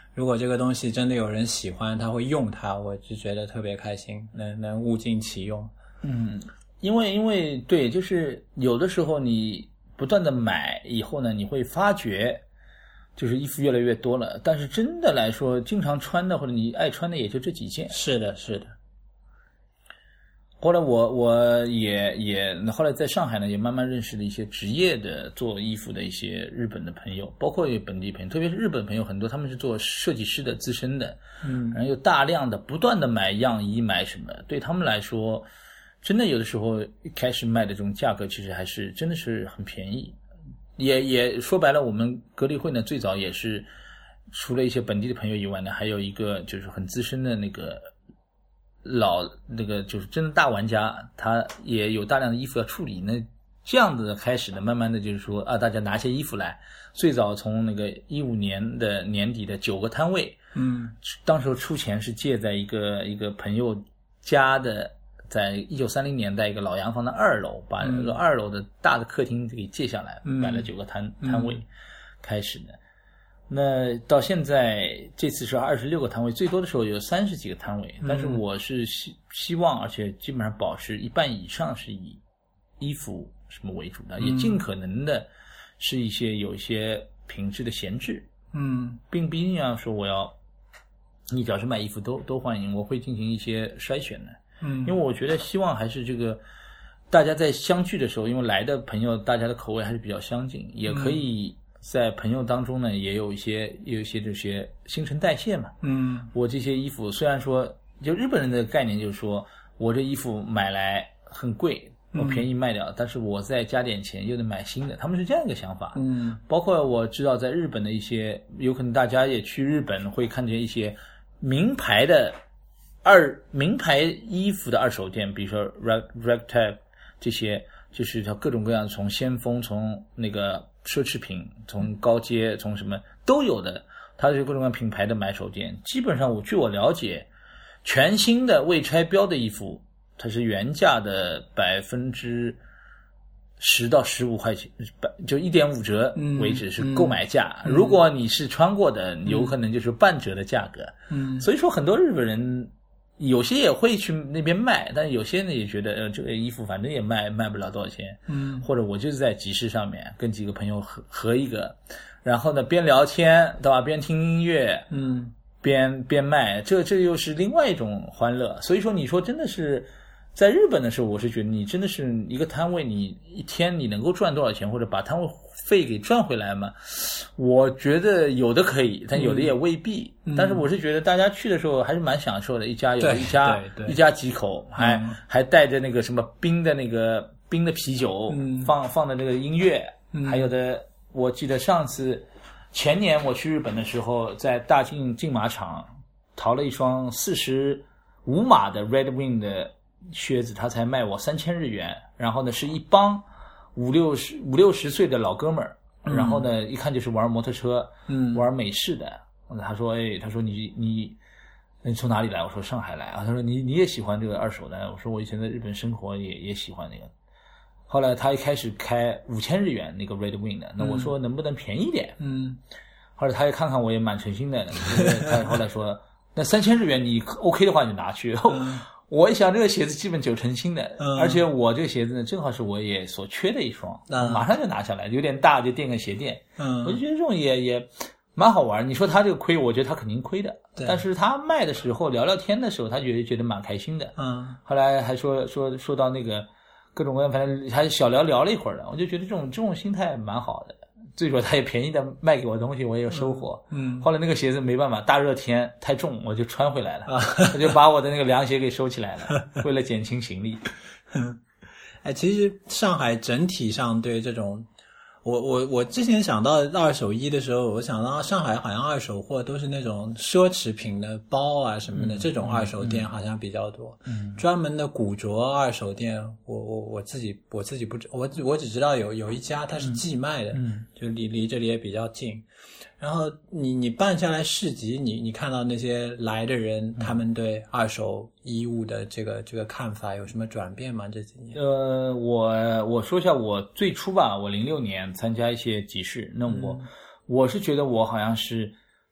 如果这个东西真的有人喜欢，他会用它，我就觉得特别开心，能能物尽其用。 嗯，因为因为对，就是有的时候你不断的买以后呢，你会发觉就是衣服越来越多了，但是真的来说经常穿的或者你爱穿的也就这几件。 是的是的。 后来我我也也后来在上海呢，也慢慢认识了一些职业的做衣服的一些日本的朋友，包括本地朋友，特别是日本朋友很多他们是做设计师的资深的，嗯，然后又大量的不断的买样衣买什么，对他们来说真的有的时候一开始卖的这种价格其实还是真的是很便宜。也也说白了，我们格力会呢最早也是除了一些本地的朋友以外呢，还有一个就是很资深的那个老那个就是真的大玩家，他也有大量的衣服要处理，那这样子开始的慢慢的就是说啊，大家拿些衣服来，最早从那个一五年的年底的九个摊位， 嗯， 当时候出钱是借在一个一个朋友家的，在一九三零年代一个老洋房的二楼，把那个二楼的大的客厅给借下来，买了九个摊摊位开始的。那到现在这次是二十六个摊位，最多的时候有三十几个摊位，但是我是希希望而且基本上保持一半以上是以衣服什么为主的，也尽可能的是一些有一些品质的闲置，嗯，并不一定要说我要你只要是卖衣服都都欢迎，我会进行一些筛选的，嗯，因为我觉得希望还是这个大家在相聚的时候，因为来的朋友大家的口味还是比较相近，也可以在朋友当中呢也有一些有一些这些新陈代谢嘛。嗯，我这些衣服虽然说就日本人的概念就是说我这衣服买来很贵，我便宜卖掉，嗯，但是我再加点钱又得买新的，他们是这样一个想法。嗯，包括我知道在日本的一些，有可能大家也去日本会看见一些名牌的二名牌衣服的二手店，比如说 Rag Ragtag 这些，就是它各种各样，从先锋，从那个奢侈品，从高阶，从什么都有的，它是各种各样品牌的买手店。基本上我据我了解，全新的未拆标的衣服，它是原价的百分之十到十五块钱，就一点五折为止是购买价。嗯嗯，如果你是穿过的，有可能就是半折的价格。嗯，所以说很多日本人有些也会去那边卖，但有些呢也觉得呃这个衣服反正也卖卖不了多少钱。嗯，或者我就是在集市上面跟几个朋友合合一个，然后呢边聊天对吧，边听音乐，嗯，边边卖，这这又是另外一种欢乐。所以说你说真的是在日本的时候，我是觉得你真的是一个摊位，你一天你能够赚多少钱，或者把摊位费给赚回来嘛？我觉得有的可以，但有的也未必。嗯，但是我是觉得大家去的时候还是蛮享受的，一家有一家一家几口，还、嗯、还带着那个什么冰的那个冰的啤酒，嗯、放放的那个音乐，嗯、还有的我记得上次前年我去日本的时候，在大竞竞马场淘了一双四十五码的 Red Wing 的靴子，他才卖我三千日元，然后呢是一帮五六十五六十岁的老哥们儿，嗯，然后呢一看就是玩摩托车，嗯，玩美式的。他说，哎，他说你你你从哪里来？我说上海来啊。他说你你也喜欢这个二手的？我说我以前在日本生活也也喜欢那个。后来他一开始开五千日元那个 Red Wing 的，那我说能不能便宜点？嗯，后来他也看看我也蛮诚心的，他后来说那三千日元你 OK 的话你拿去。嗯，我一想这个鞋子基本九成新的，嗯，而且我这个鞋子呢正好是我也所缺的一双，嗯，马上就拿下来，有点大就垫个鞋垫，嗯，我就觉得这种也也蛮好玩。你说他这个亏，我觉得他肯定亏的，但是他卖的时候聊聊天的时候，他觉得觉得蛮开心的，嗯，后来还说说说到那个各种各样，反正还小聊聊了一会儿的，我就觉得这种这种心态蛮好的。最主要他也便宜的卖给我东西，我也有收获。嗯，后来那个鞋子没办法，大热天太重，我就穿回来了，啊、我就把我的那个凉鞋给收起来了，为了减轻行李。 哎，其实上海整体上对这种，我我我之前想到二手衣的时候，我想到上海好像二手货都是那种奢侈品的包啊什么的，嗯、这种二手店好像比较多。嗯，专门的古着二手店，我我我自己我自己不知我我只知道有有一家它是寄卖的，嗯，就离离这里也比较近。然后你你办下来市集，你你看到那些来的人，嗯、他们对二手衣物的这个这个看法有什么转变吗？这几年？ 呃，我我说一下我最初吧，我零六年参加一些集市，那我、嗯、我是觉得我好像是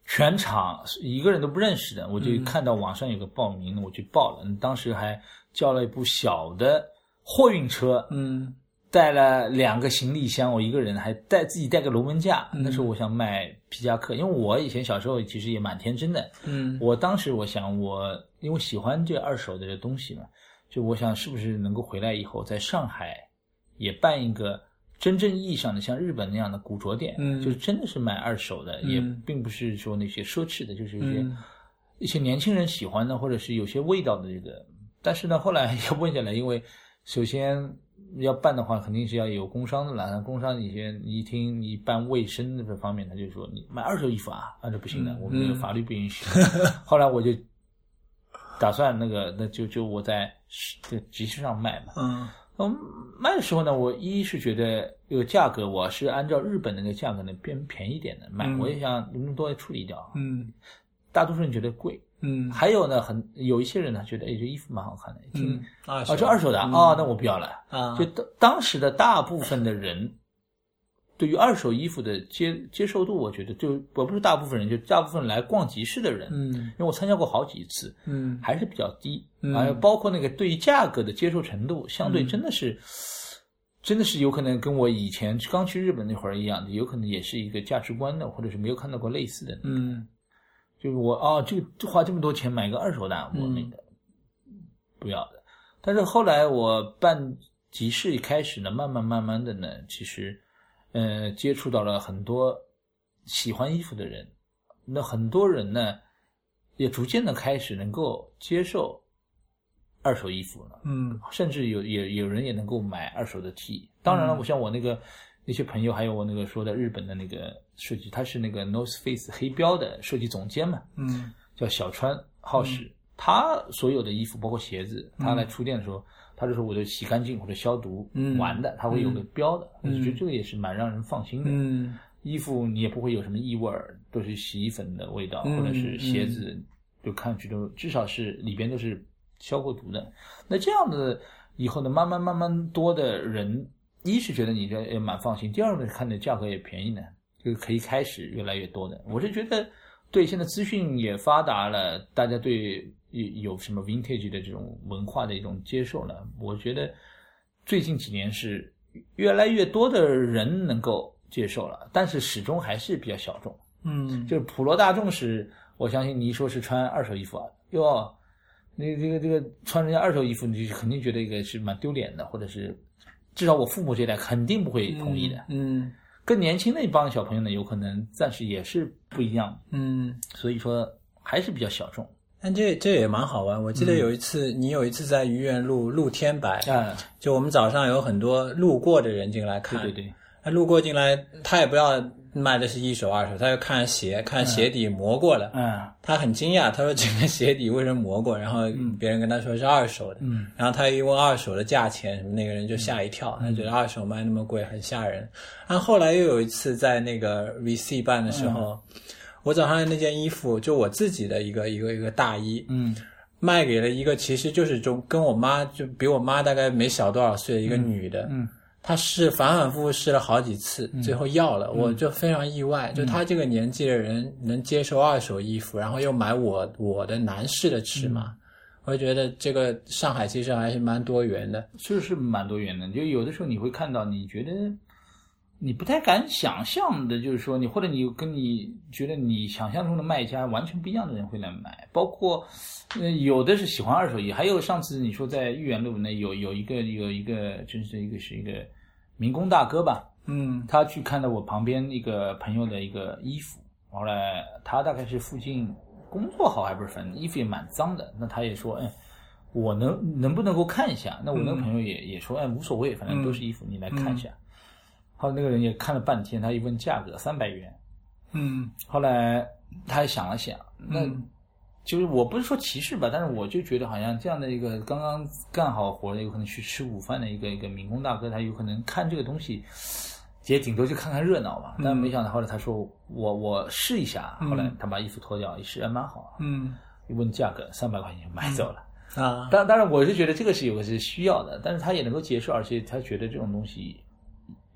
全场一个人都不认识的，我就看到网上有个报名，我去报了。当时还叫了一部小的货运车， 嗯， 带了两个行李箱，我一个人还带自己带个龙门架。 嗯、 那时候我想卖皮夹克，因为我以前小时候其实也蛮天真的。 嗯， 我当时我想我因为喜欢这二手的东西嘛，就我想是不是能够回来以后在上海也办一个真正意义上的像日本那样的古着店， 嗯， 就是真的是卖二手的， 嗯、 也并不是说那些奢侈的，就是一些、 嗯、 一些年轻人喜欢的或者是有些味道的这个。但是呢，后来要问下来，因为首先要办的话，肯定是要有工商的了。工商以前一听你办卫生的这方面，他就说你买二手衣服啊，啊这不行的，我们这个法律不允许。嗯、后来我就打算那个，那就就我在就集市上卖嘛。 嗯。 嗯，卖的时候呢，我一是觉得这个价格，我是按照日本那个价格呢变便宜点的卖，嗯、我也想能不能多处理掉。 嗯， 大多数人觉得贵。 嗯， 还有呢，很有一些人呢觉得，哎，这衣服蛮好看的，听、 嗯、啊， 这二手的啊、 嗯哦，那我不要了啊。 就当当时的大部分的人对于二手衣服的接接受度，我觉得就我不是大部分人，就大部分来逛集市的人， 嗯， 因为我参加过好几次， 嗯， 还是比较低， 嗯， 还有包括那个对于价格的接受程度，相对真的是。嗯真的是有可能跟我以前刚去日本那会儿一样的，有可能也是一个价值观的，或者是没有看到过类似的。 嗯， 就是我哦，这个花这么多钱买个二手的，我那个、嗯、不要的。但是后来我办集市一开始呢，慢慢慢慢的呢，其实呃接触到了很多喜欢衣服的人，那很多人呢也逐渐的开始能够接受二手衣服了， 嗯， 甚至有也有人也能够买二手的 T。当然了，我像我那个那些朋友，还有我那个说的日本的那个设计，他是那个 North Face 黑标的设计总监嘛， 嗯， 叫小川浩史、嗯，他所有的衣服包括鞋子，他来出店的时候，嗯、他就说我都洗干净或者消毒完的，嗯、他会有个标的， 嗯、 我觉得这个也是蛮让人放心的。 嗯， 衣服你也不会有什么异味，都是洗衣粉的味道， 嗯、 或者是鞋子就看上去都至少是里边都是消过毒的。那这样的以后呢，慢慢慢慢多的人，一是觉得你这也蛮放心，第二个看的价格也便宜呢，就可以开始越来越多的。我是觉得对现在资讯也发达了，大家对有什么 vintage 的这种文化的一种接受了，我觉得最近几年是越来越多的人能够接受了，但是始终还是比较小众。 嗯， 就是普罗大众是，我相信你说是穿二手衣服啊，哟，那这个这个穿人家二手衣服，你就肯定觉得一个是蛮丢脸的，或者是至少我父母这一代肯定不会同意的。 嗯，嗯更年轻的一帮小朋友呢，有可能暂时也是不一样。 嗯， 所以说还是比较小众。 但这这也蛮好玩。我记得有一次，嗯、你有一次在愚园路露天白， 啊， 就我们早上有很多路过的人进来看， 对对对， 他路过进来，他也不要卖的是一手二手，他就看鞋，看鞋底磨过了， 嗯， 他很惊讶，他说这个鞋底为什么磨过？然后别人跟他说是二手的， 嗯， 然后他一问二手的价钱，什么那个人就吓一跳，嗯、他觉得二手卖那么贵，很吓人。然后后来又有一次在那个 V C 办的时候。嗯，我早上那件衣服就我自己的一个一个一个大衣， 嗯， 卖给了一个其实就是中跟我妈就比我妈大概没小多少岁的一个女的， 嗯， 她试反反复复试了好几次，嗯、最后要了，我就非常意外，嗯、就她这个年纪的人能接受二手衣服，然后又买我我的男士的尺码，嗯、我就觉得这个上海其实还是蛮多元的， 是是蛮多元的，就有的时候你会看到，你觉得。你不太敢想象的，就是说你或者你跟你觉得你想象中的卖家完全不一样的人会来买，包括呃有的是喜欢二手衣，还有上次你说在豫园路那有有一个有一个真是一个是一个民工大哥吧， 嗯， 他去看到我旁边一个朋友的一个衣服，后来他大概是附近工作好还不是，反正衣服也蛮脏的，那他也说，哎，我能能不能够看一下？那我那个朋友也、嗯、也说，哎，无所谓，反正都是衣服，你来看一下。嗯，后来那个人也看了半天，他一问价格三百元， 嗯， 后来他还想了想，那就是我不是说歧视吧，但是我就觉得好像这样的一个刚刚干好活的，有可能去吃午饭的一个一个民工大哥，他有可能看这个东西，也顶多就看看热闹嘛。但没想到后来他说我我试一下，后来他把衣服脱掉一试，还蛮好， 嗯， 一问价格三百块钱就买走了。 嗯、啊， 当当然我是觉得这个是有个是需要的，但是他也能够接受，而且他觉得这种东西。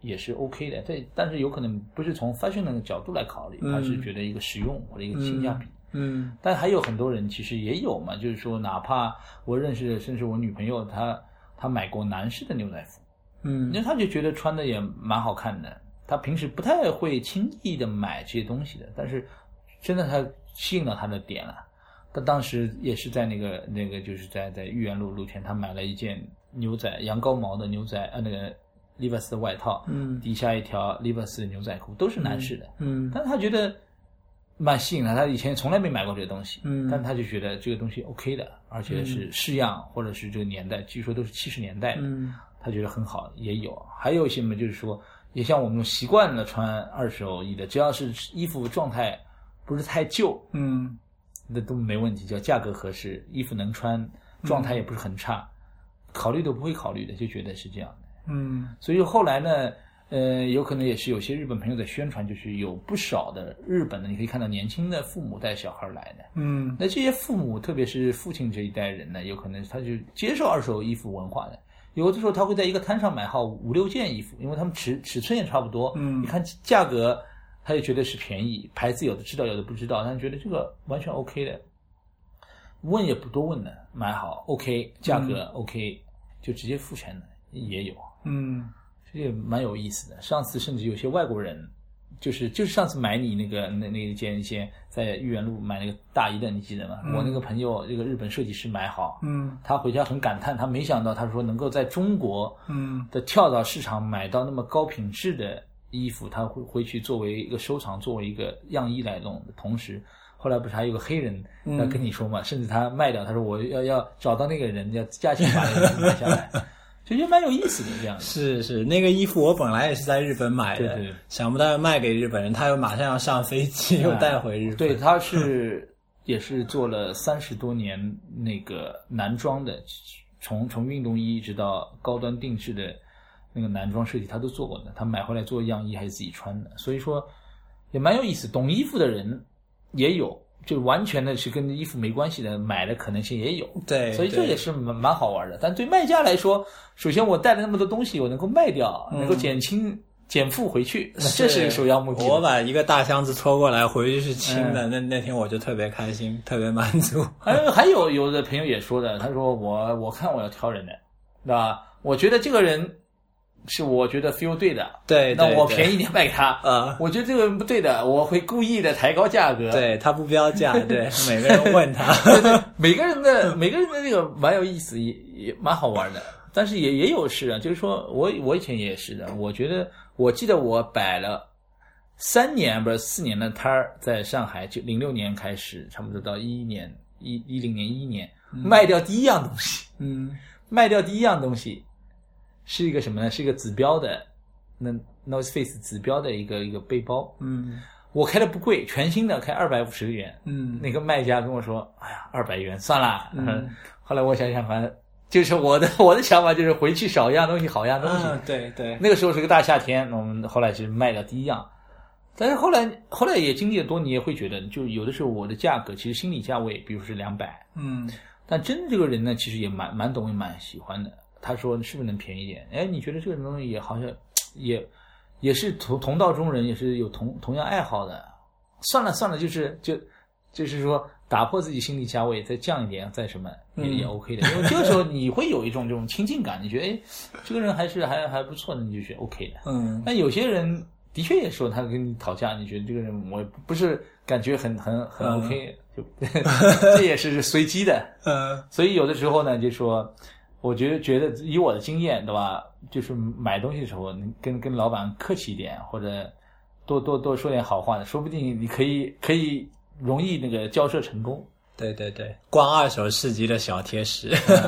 也是 OK 的，这但是有可能不是从 fashion 的角度来考虑，他是觉得一个实用或者一个性价比。 嗯，嗯但还有很多人其实也有嘛，就是说哪怕我认识的，甚至我女朋友她她买过男士的牛仔服， 嗯， 因为她就觉得穿的也蛮好看的，她平时不太会轻易的买这些东西的，但是真的她吸引到她的点了。她当时也是在那个那个就是在在豫园路露天，她买了一件牛仔羊羔毛的牛仔呃那个 Levi's 的外套， 嗯， 底下一条 Levi's 的牛仔裤，都是男士的， 嗯， 但她觉得蛮吸引的，她以前从来没买过这个东西， 嗯， 但她就觉得这个东西 OK 的，而且是式样、嗯、或者是这个年代，据说都是七十年代的， 嗯， 她觉得很好，也有，还有一些嘛，就是说，也像我们习惯了穿二手衣的，只要是衣服状态不是太旧， 嗯， 那都没问题，叫价格合适，衣服能穿，状态也不是很差，嗯、考虑都不会考虑的，就觉得是这样的， 嗯， 所以后来呢。呃，有可能也是有些日本朋友在宣传，就是有不少的日本的，你可以看到年轻的父母带小孩来的。 嗯， 那这些父母，特别是父亲这一代人呢，有可能他就接受二手衣服文化的。有的时候他会在一个摊上买好五六件衣服，因为他们尺尺寸也差不多。 嗯， 你看价格，他也觉得是便宜，牌子有的知道，有的不知道，但觉得这个完全 OK 的。问也不多问的，买好 OK， 价格 OK，、嗯、就直接付钱的也有。 嗯。 这也蛮有意思的。上次甚至有些外国人，就是就是上次买你那个那那一件一件在豫园路买那个大衣的，你记得吗？嗯、我那个朋友，这个日本设计师买好， 嗯， 他回家很感叹，他没想到他说能够在中国嗯的跳蚤市场买到那么高品质的衣服，他会回去作为一个收藏，作为一个样衣来弄的同时。后来不是还有个黑人要跟你说嘛、嗯，甚至他卖掉，他说我要要找到那个人，要加钱把那个人买下来。就觉得蛮有意思的这样的。 是是，那个衣服我本来也是在日本买的， 对对， 想不到卖给日本人，他又马上要上飞机，又带回日本。 对，他是也是做了三十多年那个男装的，从从运动衣一直到高端定制的那个男装设计，他都做过的。他买回来做样衣还是自己穿的，所以说也蛮有意思。懂衣服的人也有。就完全的是跟衣服没关系的，买的可能性也有， 对， 所以这也是蛮蛮好玩的。但对卖家来说，首先我带了那么多东西，我能够卖掉，嗯、能够减轻减负回去，那这是首要目的。 我把一个大箱子拖过来，回去是轻的，嗯、那那天我就特别开心，特别满足。 还有还有有的朋友也说的，他说我我看我要挑人的，对吧？我觉得这个人。是我觉得 feel 对的， 对， 那我便宜点卖给他。 啊、嗯， 我觉得这个人不对的，我会故意的抬高价格。 对，他不标价，对，每个人问他， 对对，每个人的每个人的这个蛮有意思，也也蛮好玩的。但是也也有事啊，就是说我我以前也是的，我觉得我记得我摆了三年不是四年的摊儿，在上海，就零六年开始，差不多到一一年一一零年一一年、嗯，卖掉第一样东西， 嗯， 卖掉第一样东西。是一个什么呢？是一个指标的，那 North Face 指标的一个一个背包。 嗯， 我开的不贵，全新的，开二百五十元。 嗯， 那个卖家跟我说：“哎呀，二百元算了。” 嗯， 后来我想想，反正就是我的我的想法就是回去少一样东西，好一样东西。 嗯、对对。 那个时候是个大夏天，我们后来就卖掉第一样。但是后来后来也经历了多，你也会觉得，就有的时候我的价格其实心理价位，比如是两百。 嗯， 但真的这个人呢，其实也蛮蛮懂，也蛮喜欢的。他说是不是能便宜点？哎，你觉得这个东西也好像也也是同同道中人，也是有同同样爱好的。算了算了，就是就就是说打破自己心理价位，再降一点，再什么也、嗯、也 OK 的。因为这个时候你会有一种这种亲近感，你觉得哎，这个人还是还还不错的，你就觉得 OK 的。 嗯。 但有些人的确也说他跟你讨价，你觉得这个人我不是感觉很很很 OK，、嗯、就这也是随机的。 嗯。 所以有的时候呢，就说。我觉得觉得以我的经验，对吧？就是买东西的时候，你跟跟老板客气一点，或者多多多说点好话的，说不定你可以可以容易那个交涉成功。 对对对，逛二手市集的小贴士，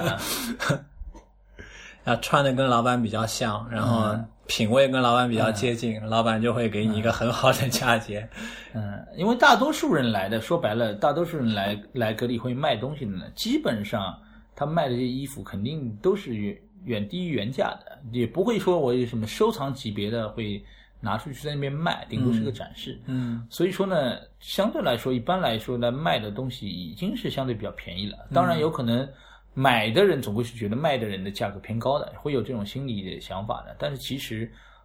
要穿的跟老板比较像，然后品味跟老板比较接近，嗯、老板就会给你一个很好的价钱。 嗯，因为大多数人来的，说白了，大多数人来来格力会卖东西的呢，基本上。他卖的这些衣服肯定都是远远低于原价的，也不会说我有什么收藏级别的会拿出去在那边卖，顶多是个展示。 嗯， 所以说呢，相对来说，一般来说呢，卖的东西已经是相对比较便宜了。当然，有可能买的人总归是觉得卖的人的价格偏高的，会有这种心理的想法的。但是其实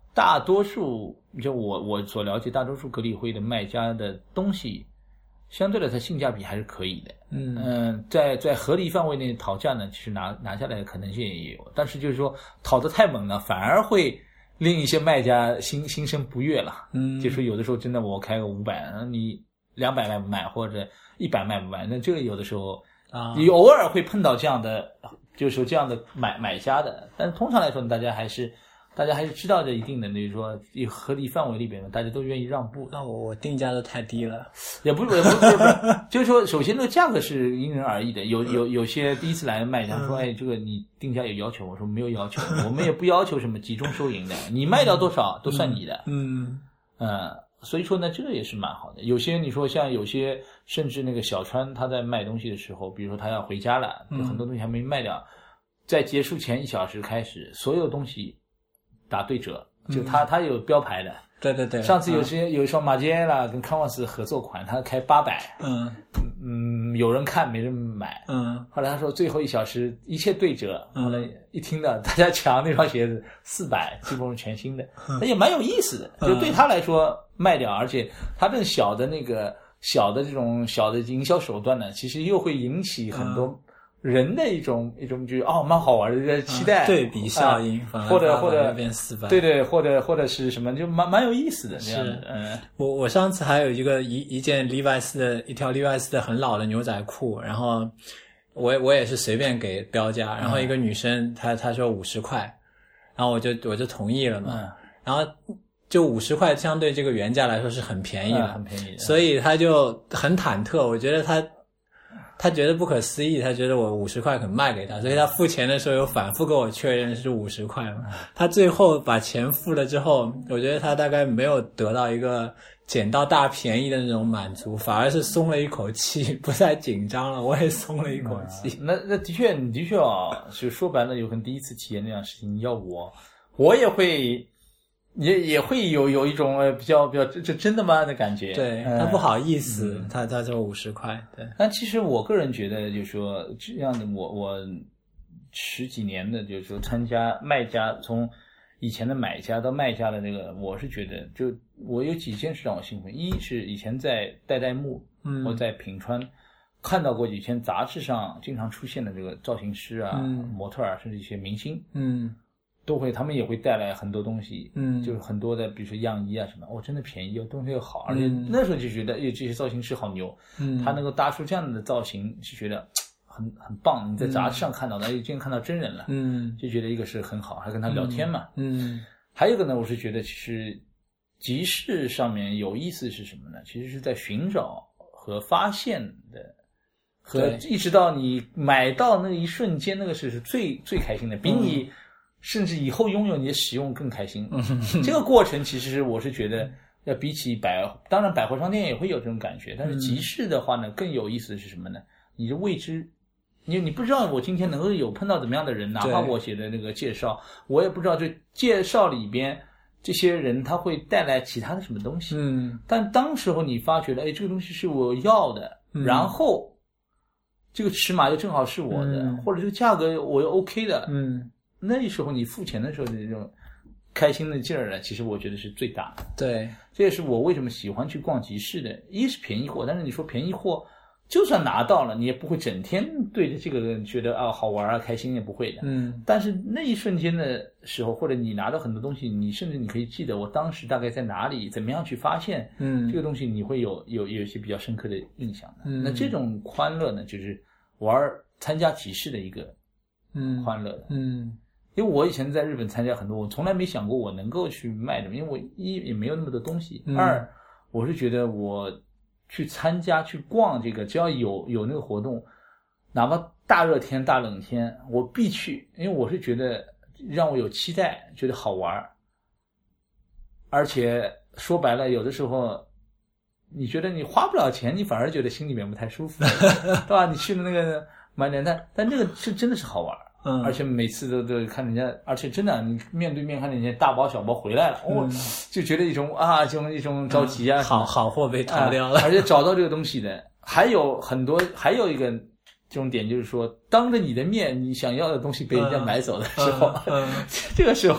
大多数就我我所了解，大多数格力汇的卖家的东西，相对来说性价比还是可以的。 嗯嗯，在在合理范围内讨价呢，其实拿拿下来的可能性也有，但是就是说讨得太猛了，反而会令一些卖家心心生不悦了。 嗯， 就说有的时候真的我开个五百，你两百卖不卖，或者一百卖不卖，那这个有的时候啊， 你偶尔会碰到这样的，就是说这样的买买家的，但是通常来说，大家还是。大家还是知道这一定的，就是说合理范围里边呢，大家都愿意让步。 那我我定价都太低了， 也不是，也不是，不是，不是就是说，首先这个价格是因人而异的。有有有些第一次来的卖家说：“哎，这个你定价有要求？”我说：“没有要求，我们也不要求什么集中收银的，你卖掉多少都算你的。” 嗯嗯，所以说呢，这个也是蛮好的。有些你说像有些甚至那个小川他在卖东西的时候，比如说他要回家了，就很多东西还没卖掉，在结束前一小时开始，所有东西。打对折，就他、嗯、他有标牌的， 对对对。 上次有些、嗯、有一双马杰拉跟康沃斯合作款，他开八百， 嗯嗯，有人看没人买， 嗯。 后来他说最后一小时一切对折，嗯、后来一听到大家抢那双鞋子四百，基本上全新的，那、嗯、也蛮有意思的，就对他来说卖掉，而且他这小的那个小的这种小的营销手段呢，其实又会引起很多。嗯人的一种一种就是哦蛮好玩的一个期待、 嗯、对比效应、 啊、或者或者变四百对对或者或者是什么就蛮蛮有意思的这样的。嗯， 我我上次还有一个一一件 Levi's 的一条 Levi's 的很老的牛仔裤，然后我我也是随便给标价，然后一个女生她她说五十块，然后我就我就同意了嘛、嗯、然后就五十块相对这个原价来说是很便宜的、 嗯、很便宜的， 所以她就很忐忑，我觉得她他觉得不可思议，他觉得我五十块肯卖给他，所以他付钱的时候有反复跟我确认是五十块嘛。他最后把钱付了之后，我觉得他大概没有得到一个捡到大便宜的那种满足，反而是松了一口气，不再紧张了，我也松了一口气。 嗯、那那的确，你的确啊，就说白了，有可能第一次体验那样的事情，要我，我也会。也也会有有一种呃比较比较这真的吗的感觉， 对、嗯、他不好意思，嗯、他他说五十块，对。 但其实我个人觉得，就是说这样的我我十几年的，就是说参加卖家从以前的买家到卖家的这个，我是觉得就我有几件事让我兴奋，一是以前在代代木，嗯，我在品川看到过以前杂志上经常出现的这个造型师啊、嗯、模特啊，甚至一些明星， 嗯。 都会，他们也会带来很多东西， 嗯， 就是很多的，比如说样衣啊什么，哦，真的便宜，哦，东西又好，而且那时候就觉得，哎，这些造型师好牛， 嗯， 他能够搭出这样的造型，是觉得很很棒。你在杂志上看到的，哎，今天看到真人了， 嗯， 就觉得一个是很好，还跟他聊天嘛， 嗯， 还有一个呢，我是觉得其实集市上面有意思是什么呢？其实是在寻找和发现的。和一直到你买到那一瞬间，那个是是最最开心的，比你。嗯甚至以后拥有你的使用更开心。这个过程其实我是觉得要比起百，当然百货商店也会有这种感觉，但是集市的话呢，更有意思的是什么呢？你的未知，你你不知道我今天能够有碰到怎么样的人，哪怕我写的那个介绍，我也不知道这介绍里边这些人他会带来其他的什么东西。 嗯， 但当时候你发觉了，哎，这个东西是我要的， 嗯、 然后这个尺码又正好是我的， 嗯、 或者这个价格我又 OK 的， 嗯。 那时候你付钱的时候的这种开心的劲儿呢，其实我觉得是最大的。 对， 这也是我为什么喜欢去逛集市的。一是便宜货，但是你说便宜货，就算拿到了，你也不会整天对着这个觉得啊好玩啊开心，也不会的。 嗯。 但是那一瞬间的时候，或者你拿到很多东西，你甚至你可以记得我当时大概在哪里，怎么样去发现， 嗯， 这个东西你会有有有一些比较深刻的印象的。 嗯。 那这种欢乐呢，就是玩参加集市的一个嗯欢乐的。 嗯。 因为我以前在日本参加很多，我从来没想过我能够去卖的，因为我一也没有那么多东西。 嗯、 二，我是觉得我去参加去逛这个，只要有有那个活动，哪怕大热天大冷天，我必去，因为我是觉得让我有期待，觉得好玩。而且说白了，有的时候你觉得你花不了钱，你反而觉得心里面不太舒服，对吧？你去的那个买点，但但那个是真的是好玩。 嗯， 而且每次都都看人家，而且真的，你面对面看人家大包小包回来了，我、哦嗯、 就觉得一种啊，这种一种着急啊， 嗯、好好货被套掉了、 啊，而且找到这个东西的，还有很多，还有一个这种点就是说，当着你的面，你想要的东西被人家买走的时候， 嗯嗯嗯、 这个时候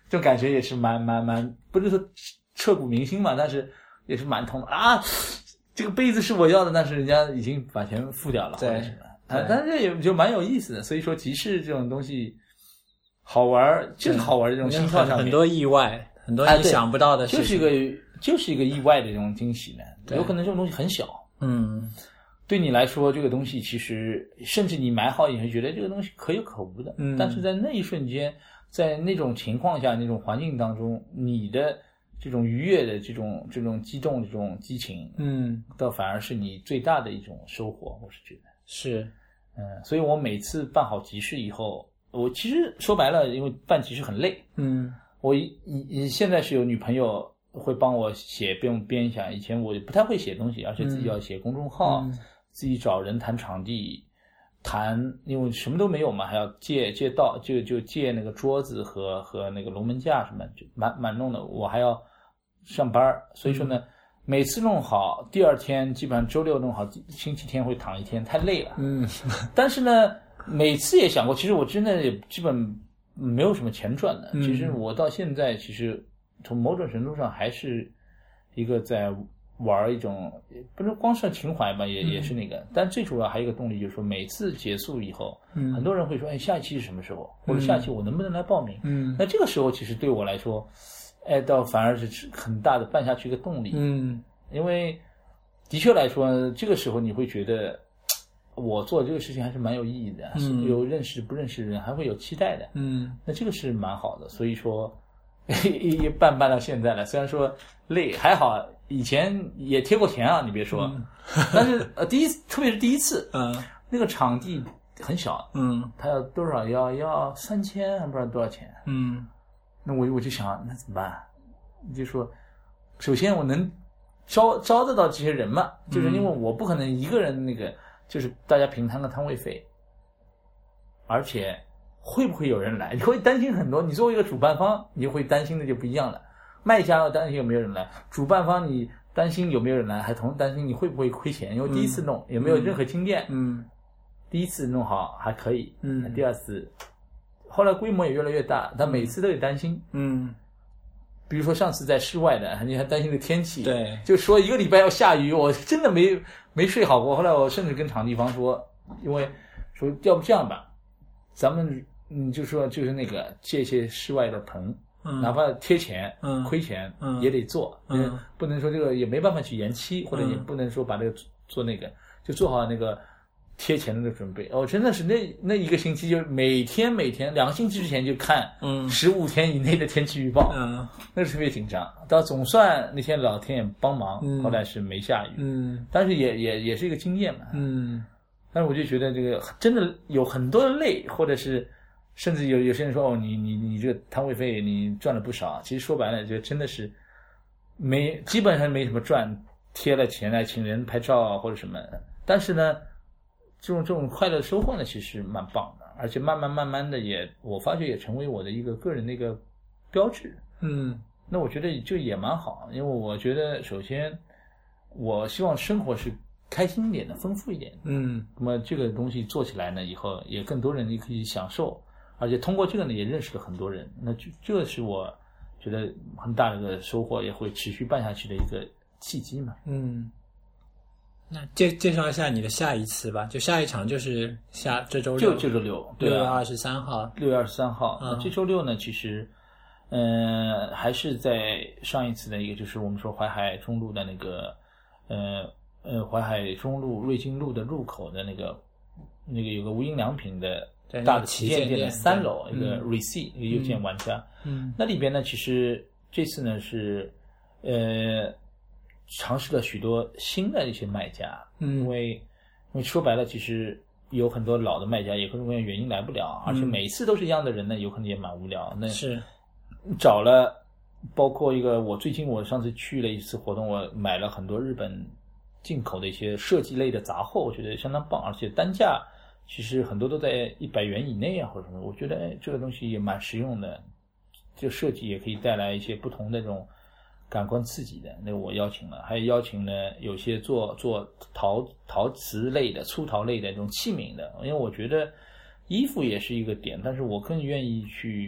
这种感觉也是蛮蛮蛮，不是说彻骨铭心嘛，但是也是蛮痛的啊。这个杯子是我要的，但是人家已经把钱付掉了，或者什么啊，但是也就蛮有意思的。所以说集市这种东西好玩，就是好玩的这种心跳上面很多意外，很多你想不到的事情， 就是一个就是一个意外的这种惊喜呢。有可能这种东西很小， 嗯， 对你来说这个东西其实甚至你买好也会觉得这个东西可有可无的， 嗯， 但是在那一瞬间，在那种情况下，那种环境当中，你的这种愉悦的这种这种激动这种激情， 嗯， 倒反而是你最大的一种收获，我是觉得是， 嗯，所以我每次办好集市以后，我其实说白了，因为办集市很累， 嗯， 我一现在是有女朋友会帮我写编编一下，以前我不太会写东西，而且自己要写公众号， 嗯、 自己找人谈场地。谈，因为什么都没有嘛，还要借借道，就就借那个桌子和和那个龙门架什么，就蛮蛮弄的。我还要上班，所以说呢，嗯、每次弄好，第二天基本上周六弄好，星期天会躺一天，太累了。 嗯， 但是呢，每次也想过，其实我真的也基本没有什么钱赚的。 嗯、 其实我到现在，其实从某种程度上还是一个在玩一种，不是光是情怀吧，也、嗯、也是那个，但最主要还有一个动力，就是说每次结束以后，嗯，很多人会说，哎，下一期是什么时候？或者下一期我能不能来报名？ 嗯， 那这个时候其实对我来说，哎，倒反而是很大的办下去一个动力， 嗯， 因为的确来说，这个时候你会觉得我做这个事情还是蛮有意义的， 嗯， 有认识不认识的人还会有期待的， 嗯， 那这个是蛮好的，所以说一办办到现在了，虽然说累，还好。以前也贴过钱啊，你别说， 嗯、 但是呃，第一次，特别是第一次， 嗯， 那个场地很小， 嗯， 他要多少？要要三千，还不知道多少钱， 嗯， 那我我就想，那怎么办？就说，首先我能招招得到这些人嘛，就是因为我不可能一个人那个，就是大家平摊个摊位费，而且会不会有人来？你会担心很多。你作为一个主办方，你就会担心的就不一样了。卖家要担心有没有人来，主办方你担心有没有人来，还同担心你会不会亏钱，因为第一次弄、嗯、也没有任何经验。 嗯， 第一次弄好还可以， 嗯， 第二次，后来规模也越来越大，但每次都有担心。 嗯， 比如说上次在室外的，你还担心这个天气， 对， 就说一个礼拜要下雨，我真的没没睡好过。后来我甚至跟场地方说，因为说要不这样吧，咱们嗯就说就是那个借一些室外的棚。 嗯、 哪怕贴钱、 嗯、 亏钱、 嗯、 也得做， 嗯， 不能说这个也没办法去延期，或者也不能说把这个做那个，就做好那个贴钱的那个准备。哦，真的是那那一个星期就每天每天两个星期之前就看， 嗯， 十五天以内的天气预报， 嗯， 那是特别紧张。到总算那天老天也帮忙， 嗯、 后来是没下雨， 嗯， 但是也也也是一个经验嘛， 嗯， 但是我就觉得这个真的有很多的累，或者是。甚至有有些人说哦，你你你这个摊位费你赚了不少，其实说白了，就真的是没基本上没什么赚，贴了钱来请人拍照啊或者什么。但是呢，这种这种快乐收获呢，其实蛮棒的，而且慢慢慢慢的也，我发觉也成为我的一个个人的一个标志。 嗯， 那我觉得就也蛮好，因为我觉得首先我希望生活是开心一点的，丰富一点的。 嗯， 那么这个东西做起来呢，以后也更多人也可以享受。而且通过这个呢，也认识了很多人，那这这个是我觉得很大的一个收获，也会持续办下去的一个契机嘛。 嗯，那介介绍一下你的下一次吧，就下一场就是下这周六， 就这周六， 六月二十三号， 六月二十三号。 嗯， 这周六呢，其实，呃，还是在上一次的一个，就是我们说淮海中路的那个，呃呃，淮海中路瑞金路的入口的那个，那个有个无印良品的。大的旗舰店的三楼，一个 Receipt、嗯、一个邮件玩家， 嗯， 那里边呢，其实这次呢是，呃，尝试了许多新的一些卖家， 嗯， 因为因为说白了，其实有很多老的卖家也各种各样原因来不了，而且每一次都是一样的人呢，有可能也蛮无聊。那是找了，包括一个我最近我上次去了一次活动，我买了很多日本进口的一些设计类的杂货，我觉得相当棒，而且单价。其实很多都在一百元以内啊，或者什么，我觉得哎，这个东西也蛮实用的，这个设计也可以带来一些不同的这种感官刺激的。那我邀请了，还邀请了有些做做陶陶瓷类的、粗陶类的这种器皿的，因为我觉得衣服也是一个点，但是我更愿意去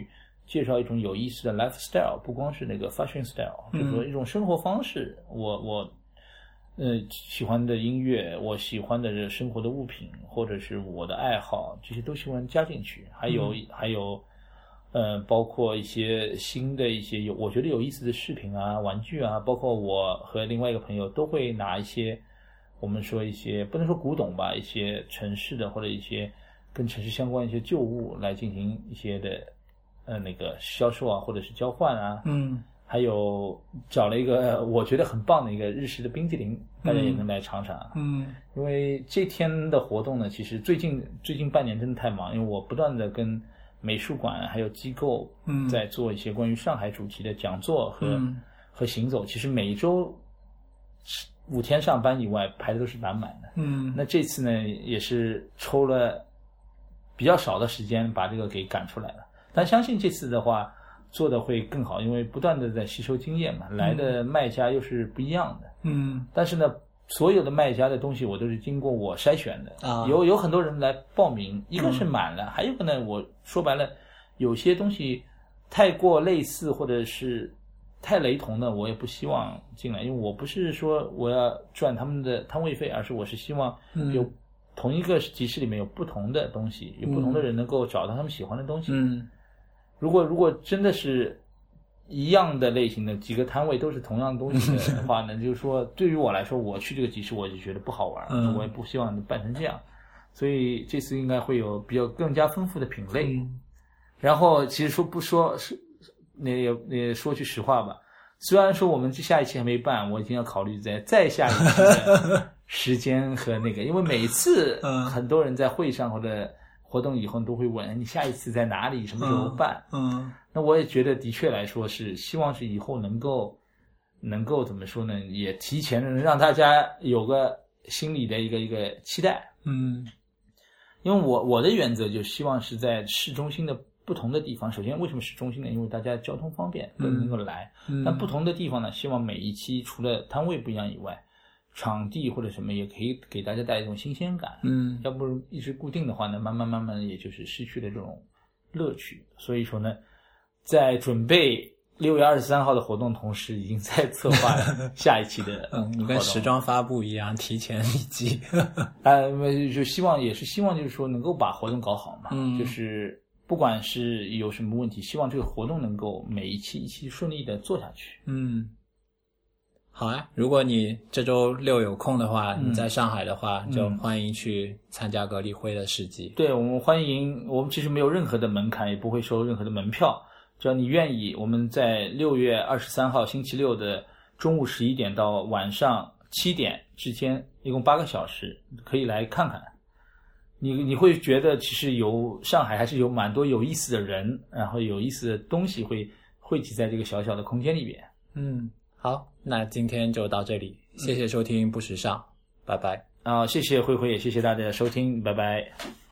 介绍一种有意思的 lifestyle， 不光是那个 fashion style， 就是说一种生活方式。嗯、我我呃喜欢的音乐，我喜欢的生活的物品，或者是我的爱好，这些都喜欢加进去。还有、嗯、还有呃包括一些新的一些有我觉得有意思的饰品啊、玩具啊，包括我和另外一个朋友都会拿一些我们说一些不能说古董吧，一些城市的或者一些跟城市相关一些旧物来进行一些的呃那个销售啊，或者是交换啊。 嗯， 还有找了一个我觉得很棒的一个日式的冰淇淋，大家也能来尝尝。 嗯， 因为这天的活动呢，其实最近最近半年真的太忙，因为我不断的跟美术馆还有机构在做一些关于上海主题的讲座和、嗯、和行走，其实每一周五天上班以外排的都是满满的。 嗯， 那这次呢也是抽了比较少的时间把这个给赶出来了，但相信这次的话做的会更好，因为不断的在吸收经验嘛，来的卖家又是不一样的。 嗯， 但是呢所有的卖家的东西我都是经过我筛选的啊， 有有很多人来报名，一个是满了、嗯、还有个呢，我说白了有些东西太过类似或者是太雷同的我也不希望进来，因为我不是说我要赚他们的摊位费，而是我是希望有同一个集市里面有不同的东西、嗯、有不同的人能够找到他们喜欢的东西。 嗯， 如果如果真的是一样的类型的几个摊位都是同样东西的话呢，就是说对于我来说我去这个集市我就觉得不好玩、嗯、我也不希望你办成这样，所以这次应该会有比较更加丰富的品类、嗯、然后其实说不说是那也也说句实话吧，虽然说我们这下一期还没办，我已经要考虑在再下一期的时间和那个因为每次很多人在会上或者活动以后都会问你下一次在哪里什么时候办。 嗯，嗯那我也觉得的确来说是希望是以后能够能够怎么说呢，也提前让大家有个心理的一个一个期待。 嗯， 因为我我的原则就希望是在市中心的不同的地方，首先为什么市中心呢？因为大家交通方便都能够来、嗯、但不同的地方呢，希望每一期除了摊位不一样以外，场地或者什么也可以给大家带一种新鲜感。 嗯， 要不一直固定的话呢，慢慢慢慢也就是失去了这种乐趣。所以说呢，在准备六月二十三号的活动同时，已经在策划下一期的嗯，你跟时装发布一样，提前一季。 呃，就希望也是希望就是说能够把活动搞好嘛， 嗯， 就是不管是有什么问题，希望这个活动能够每一期一期顺利的做下去。 嗯。好啊，如果你这周六有空的话、嗯、你在上海的话、嗯、就欢迎去参加格力辉的市集。 对，我们欢迎，我们其实没有任何的门槛，也不会收任何的门票，只要你愿意，我们在六月二十三号星期六的中午十一点到晚上七点之间，一共八个小时，可以来看看。你你会觉得其实有上海还是有蛮多有意思的人，然后有意思的东西会汇集在这个小小的空间里边。 嗯，好，那今天就到这里，谢谢收听不时尚、嗯、拜拜。 啊，谢谢慧慧，也谢谢大家的收听，拜拜。